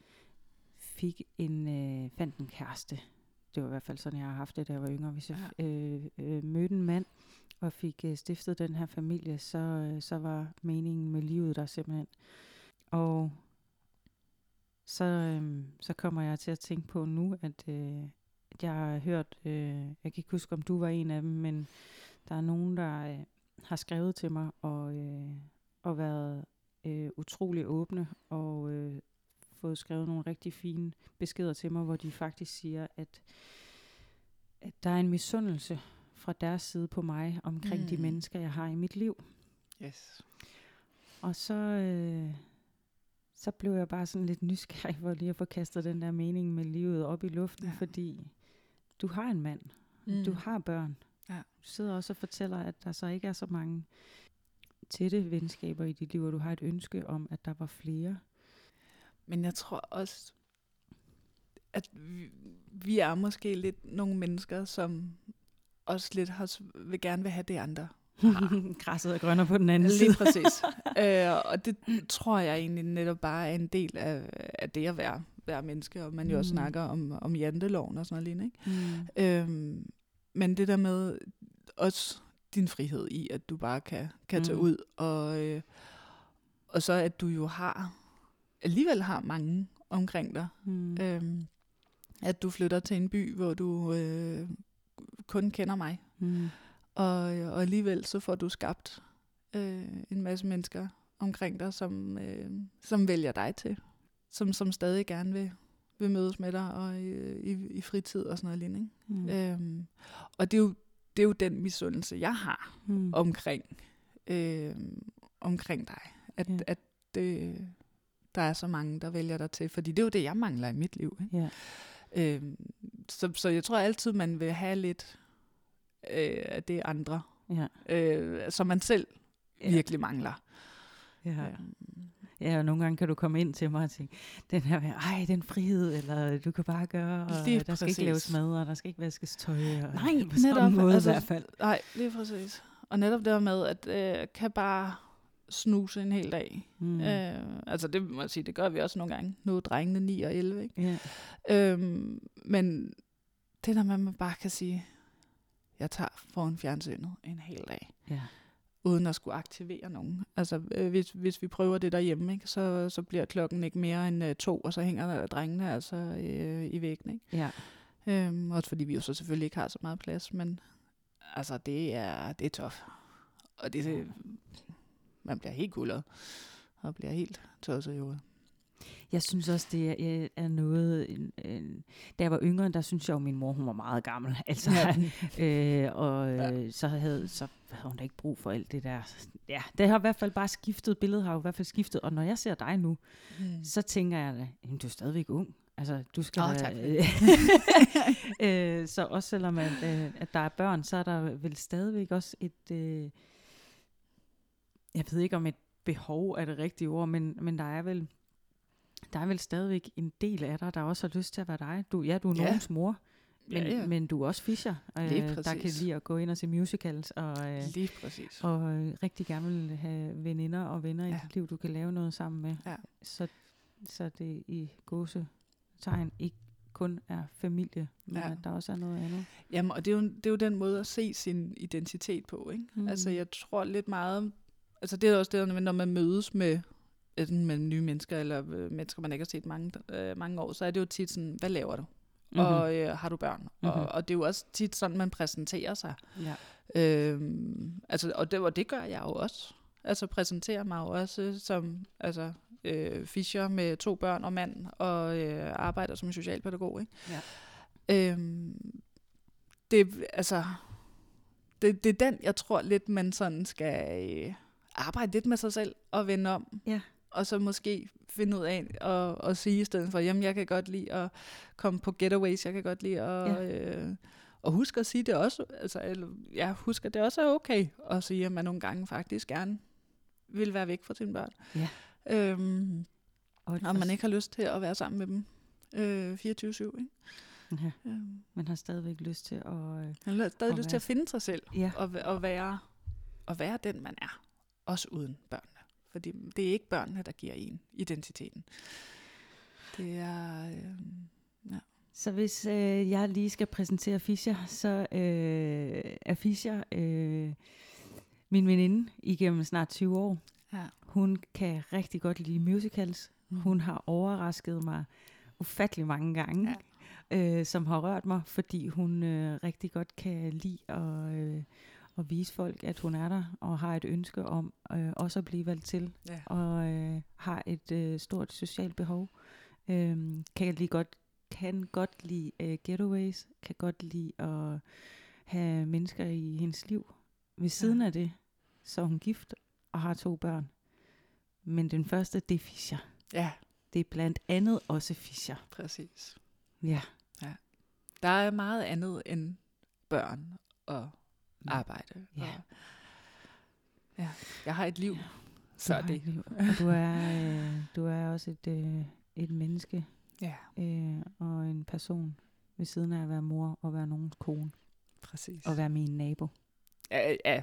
fik en, øh, fandt en kæreste, det var i hvert fald sådan, jeg har haft det, da jeg var yngre, hvis jeg ja. øh, øh, mødte en mand, og fik øh, stiftet den her familie, så, øh, så var meningen med livet der simpelthen. Og så, øh, så kommer jeg til at tænke på nu, at, øh, at jeg har hørt, øh, jeg kan ikke huske, om du var en af dem, men der er nogen, der øh, har skrevet til mig, og, øh, og været øh, utrolig åbne, og øh, fået skrevet nogle rigtig fine beskeder til mig, hvor de faktisk siger, at, at der er en misundelse fra deres side på mig, omkring mm. de mennesker, jeg har i mit liv. Yes. Og så, øh, så blev jeg bare sådan lidt nysgerrig for lige at få kastet den der mening med livet op i luften, ja. Fordi du har en mand, mm. du har børn. Ja. Du sidder også og fortæller, at der så ikke er så mange tætte venskaber i dit liv, og du har et ønske om, at der var flere. Men jeg tror også, at vi, vi er måske lidt nogle mennesker, som også lidt har, vil gerne vil have det andre. Græsset er grønnere på den anden side. Lige præcis. øh, og det tror jeg egentlig netop bare er en del af, af det at være, være menneske, og man jo mm. også snakker om, om janteloven og sådan noget lignende. Ikke? Mm. Øhm, men det der med også din frihed i, at du bare kan, kan tage mm. ud, og, øh, og så at du jo har, alligevel har mange omkring dig. Mm. Øhm, at du flytter til en by, hvor du øh, kun kender mig. Mm. Og, og alligevel så får du skabt øh, en masse mennesker omkring dig, som, øh, som vælger dig til. Som, som stadig gerne vil, vil mødes med dig og i, i, i fritid og sådan noget lignende. Mm. Øhm, og det er, jo, det er jo den misundelse, jeg har mm. omkring, øh, omkring dig. At, ja. at det, der er så mange, der vælger dig til. Fordi det er jo det, jeg mangler i mit liv. Ikke? Ja. Øhm, så, så jeg tror altid, man vil have lidt øh, af det andre, ja. øh, som man selv ja. virkelig mangler. Ja. Øhm. Ja, og nogle gange kan du komme ind til mig og tænke, den her, ej, den frihed, eller du kan bare gøre, og der præcis. skal ikke laves mad, og der skal ikke vaskes tøj. Og nej, på netop. Måde, altså, i hvert fald. Nej, lige præcis. Og netop det med, at øh, kan bare snuse en hel dag. Mm. Øh, altså det må jeg sige, det gør vi også nogle gange. Nu er drengene ni og elleve, ikke? Yeah. Øhm, men det der med, at man bare kan sige, jeg tager foran fjernsynet en hel dag. Yeah. Uden at skulle aktivere nogen. Altså øh, hvis, hvis vi prøver det derhjemme, ikke, så, så bliver klokken ikke mere end øh, to, og så hænger der drengene altså øh, i væggen. Ikke? Yeah. Øhm, også fordi vi jo så selvfølgelig ikke har så meget plads, men altså det er, det er tough. Og det er man bliver helt guldet, og bliver helt tosset i hovedet. Jeg synes også, det er, er noget... En, en, da jeg var yngre, der synes jeg jo, min mor, hun var meget gammel. Altså, ja. øh, og ja. så, havde, så havde hun da ikke brug for alt det der. Ja, det har i hvert fald bare skiftet. Billedet har jo i hvert fald skiftet. Og når jeg ser dig nu, mm. så tænker jeg, at du er stadigvæk ung. Altså, du skal... Oh, tak. øh, så også selvom at, øh, at der er børn, så er der vel stadigvæk også et... Øh, jeg ved ikke, om et behov er det rigtige ord, men, men der er vel der er vel stadigvæk en del af dig, der også har lyst til at være dig. Du, ja, du er ja. nogens mor, men, ja, ja. men du er også Fischer, øh, der kan lide at gå ind og se musicals, og, øh, Lige præcis. og øh, rigtig gerne vil have veninder og venner ja. i dit liv, du kan lave noget sammen med. Ja. Så, så det i gåsetegn ikke kun er familie, men ja. at der også er noget andet. Jamen, og det er, jo, det er jo den måde at se sin identitet på, ikke? Mm. Altså, jeg tror lidt meget... Altså, det er også det, når man mødes med... med nye mennesker, eller øh, mennesker, man ikke har set mange, øh, mange år, så er det jo tit sådan, hvad laver du? Mm-hmm. Og øh, har du børn? Mm-hmm. Og, og det er jo også tit sådan, man præsenterer sig. Ja. Øhm, altså, og, det, og det gør jeg jo også. Altså præsenterer mig jo også som, altså, øh, Fischer med to børn og mand, og øh, arbejder som socialpædagog. Ikke? Ja. Øhm, det, altså, det, det er den, jeg tror lidt, man sådan skal øh, arbejde lidt med sig selv og vende om. Ja. Og så måske finde ud af og, og sige i stedet for, jamen jeg kan godt lide at komme på getaways, jeg kan godt lide at... Ja. Øh, og husk at sige det også, altså, eller, ja, husk at det også er okay at sige, at man nogle gange faktisk gerne vil være væk fra sine børn. Ja. Øhm, og, og man ikke har lyst til at være sammen med dem øh, fireogtyve syv. Ikke? Ja. Øhm, man har stadigvæk lyst til at... Øh, man har stadig at lyst være... til at finde sig selv, ja. og, og, være, og være den, man er. Også uden børnene. Fordi det er ikke børnene, der giver en identiteten. Det er... Øh, ja. Så hvis øh, jeg lige skal præsentere Fischer, så øh, er Fischer øh, min veninde igennem snart tyve år. Ja. Hun kan rigtig godt lide musicals. Mm. Hun har overrasket mig ufattelig mange gange, ja. øh, som har rørt mig, fordi hun øh, rigtig godt kan lide at, øh, at vise folk, at hun er der, og har et ønske om øh, også at blive valgt til, ja. og øh, har et øh, stort socialt behov. Øh, kan lige godt kan godt lide uh, getaways, kan godt lide at have mennesker i hendes liv. Ved siden ja. af det, så er hun gift og har to børn. Men den første, det er Fischer. Ja. Det er blandt andet også Fischer. Præcis. Ja. ja. Der er meget andet end børn og arbejde. Ja. Og, ja. Jeg har et liv ja. før det. Liv. Og du er, øh, du er også et, øh, et menneske. Ja. Øh, og en person ved siden af at være mor og være nogens kone. Præcis. Og være min nabo. Ja, ja. ja.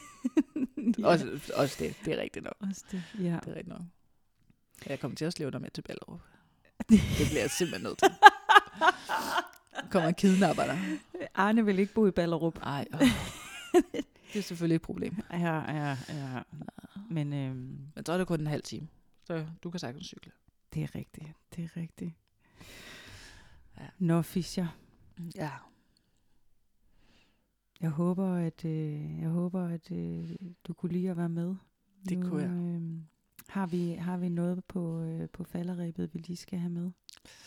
også, også det. Det er rigtigt nok. Også det, ja. Det er rigtigt nok. Jeg kommer til at slæve dig med til Ballerup. Det bliver jeg simpelthen nødt til. Kommer og kidnapper dig. Arne vil ikke bo i Ballerup. Nej. Det er selvfølgelig et problem. Ja, ja, ja. Men, øhm, Men så er det kun en halv time. Så du kan sagtens cykle. Det er rigtigt, det er rigtigt. Ja. Nå, Fischer. Ja. Jeg håber, at øh, jeg håber, at øh, du kunne lide at være med. Det nu, kunne jeg. Øh, har vi har vi noget på øh, på falderebet, vi lige skal have med?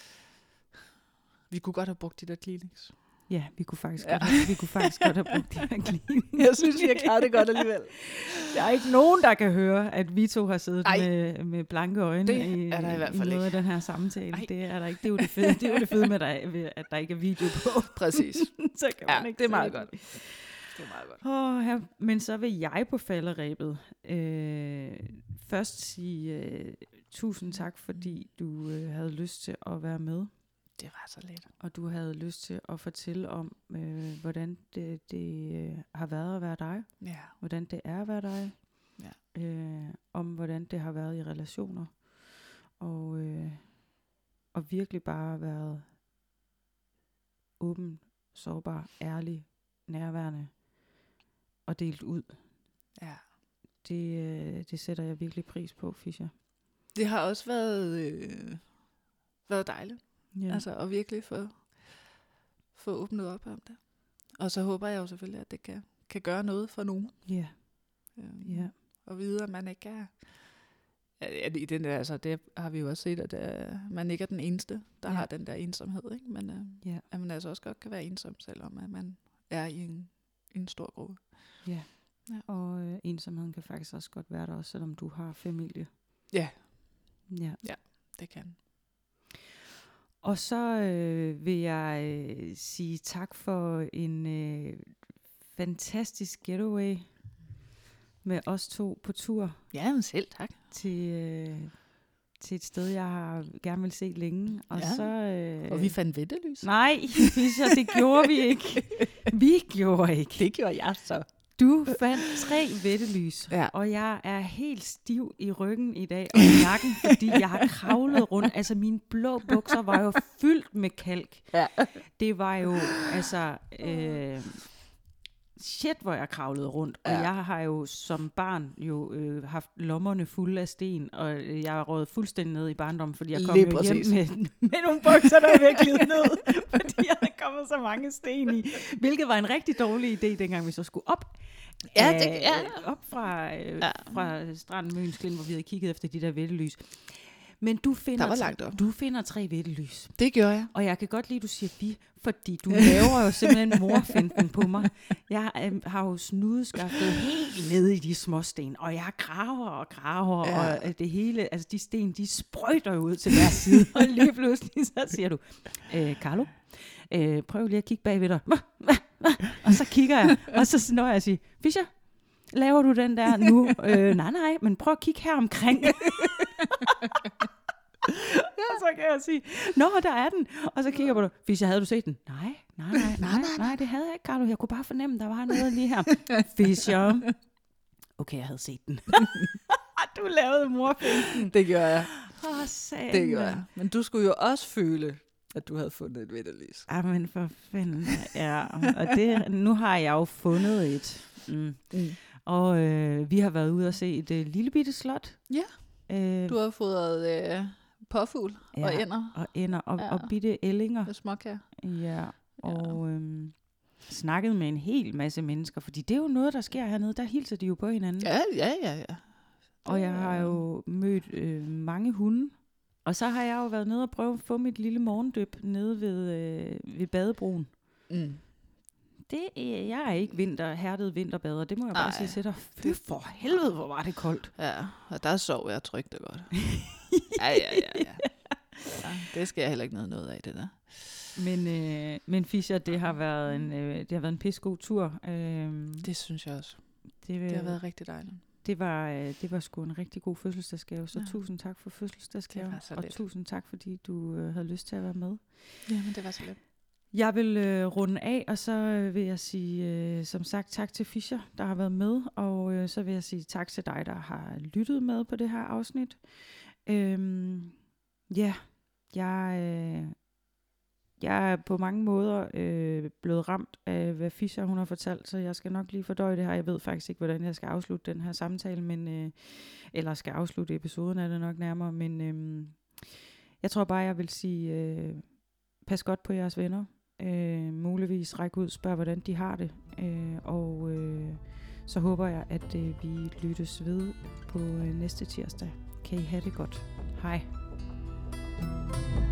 Vi kunne godt have brugt de der cleanings. Ja, vi kunne faktisk ja. godt have, vi kunne faktisk godt have brugt de der cleanings. Jeg synes, vi har klaret det godt alligevel. Der er ikke nogen, der kan høre, at vi to har siddet med, med blanke øjne det i, er der i hvert fald i noget ikke. af den her samtale. Ej. Det er der ikke. Det er jo det fede, det er jo det fede med, dig, at der ikke er video på. Præcis. Så kan man ja, ikke det er meget godt. Det er meget godt. Oh, ja. Men så vil jeg på falderebet øh, først sige øh, tusind tak, fordi du øh, havde lyst til at være med. Det var så let. Og du havde lyst til at fortælle om, øh, hvordan det, det øh, har været at være dig. Ja. Hvordan det er at være dig. Ja. Øh, om hvordan det har været i relationer. Og, øh, og virkelig bare været åben, sårbar, ærlig, nærværende og delt ud. Ja. Det, øh, det sætter jeg virkelig pris på, Fischer. Det har også været, øh, været dejligt. Ja. Altså at virkelig få, få åbnet op om det. Og så håber jeg jo selvfølgelig, at det kan, kan gøre noget for nogen. Ja. Øhm, ja. Og vide, at man ikke er... Ja, i den der, altså, det har vi jo også set, at uh, man ikke er den eneste, der ja. har den der ensomhed. Ikke? Men uh, ja. at man altså også godt kan være ensom, selvom at man er i en, en stor gruppe. Ja, ja. Og øh, ensomheden kan faktisk også godt være der, også selvom du har familie. Ja. Ja, ja det kan. Og så øh, vil jeg øh, sige tak for en øh, fantastisk getaway med os to på tur. Ja, men selv tak. Til, øh, til et sted, jeg har gerne vil se længe. Og, ja. så, øh, og vi fandt ventelys. Nej, Fischer, det gjorde vi ikke. Vi gjorde ikke. Det gjorde jeg så. Du fandt tre vettelys, ja. og jeg er helt stiv i ryggen i dag og i nakken, fordi jeg har kravlet rundt. Altså mine blå bukser var jo fyldt med kalk. Ja. Det var jo, altså, øh, shit, hvor jeg kravlede rundt. Og Ja. jeg har jo som barn jo øh, haft lommerne fulde af sten, og øh, jeg er røget fuldstændig ned i barndommen, fordi jeg kom Lige jo præcis. hjem med, med nogle bukser, der var virkelig ned, fordi jeg havde kommet så mange sten i. Hvilket var en rigtig dårlig idé, dengang vi så skulle op. Ja, det- øh, ja. Op fra, øh, Ja. fra stranden Møns Klint, hvor vi havde kigget efter de der vettelys. Men du finder, Der var tre- langt op. du finder tre vettelys. Det gjorde jeg. Og jeg kan godt lide, at du siger vi, fordi du laver jo simpelthen morfinden på mig. Jeg øh, har jo snudeskaftet helt ned i de små sten, og jeg graver og graver, Ja. ja. og øh, det hele, altså de sten, de sprøjter jo ud til hver side. Og lige pludselig så siger du, øh, Carlo, øh, prøv lige at kigge bagved dig. Og så kigger jeg, og så når jeg og siger, Fischer, laver du den der nu? Øh, nej, nej, men prøv at kigge her omkring. Og så kan jeg sige, nå, der er den. Og så kigger jeg på dig, Fischer, havde du set den? Nej, nej, nej, nej, nej, det havde jeg ikke, Carlo. Jeg kunne bare fornemme, der var noget lige her. Fischer. Okay, jeg havde set den. Du lavede morfinden. Det gjorde jeg. Åh, satan. Det gjorde jeg. Men du skulle jo også føle, at du havde fundet et vettelys. Ah, men for fanden. Ja, og det, nu har jeg jo fundet et. Mm. Mm. Og øh, vi har været ude og se et øh, lille bitte slot. Ja. Øh, Du har fået øh, påfugl Ja. og ænder og ender og, Ja. og bitte ællinger. og småkager. Ja, og øhm, snakket med en hel masse mennesker, fordi det er jo noget, der sker hernede. Der hilser de jo på hinanden. Ja, ja, ja, ja. Og jeg har jo mødt øh, mange hunde. Og så har jeg jo været nede og prøve at få mit lille morgendyp nede ved, øh, ved badebroen. Mm. Det er, jeg er ikke vinter, hærdet vinterbader, det må jeg bare Nej. sige til dig. Fy for helvede, hvor var det koldt. Ja, og der sov jeg trygt og godt. ja, ja, ja, ja. ja. Det skal jeg heller ikke noget, noget af, det der. Men, øh, men Fischer, det har været en, øh, det har været en pissegod tur. Øh, Det synes jeg også. det, Det har været rigtig dejligt. Det var, øh, det var sgu en rigtig god fødselsdagsgave, så Ja. tusind tak for fødselsdagsgave, Det var så og lidt. tusind tak, fordi du øh, havde lyst til at være med. Jamen, det var så let. Jeg vil øh, runde af, og så øh, vil jeg sige, øh, som sagt, tak til Fischer, der har været med, og øh, så vil jeg sige tak til dig, der har lyttet med på det her afsnit. Øhm, ja, jeg, øh, jeg er på mange måder øh, blevet ramt af, hvad Fischer hun har fortalt, så jeg skal nok lige fordøje det her. Jeg ved faktisk ikke, hvordan jeg skal afslutte den her samtale, men, øh, eller skal afslutte episoden, er det nok nærmere, men øh, jeg tror bare, jeg vil sige, øh, pas godt på jeres venner. Øh, muligvis række ud, spørg, hvordan de har det, øh, og øh, så håber jeg, at øh, vi lyttes ved på øh, næste tirsdag. Kan I have det godt. Hej.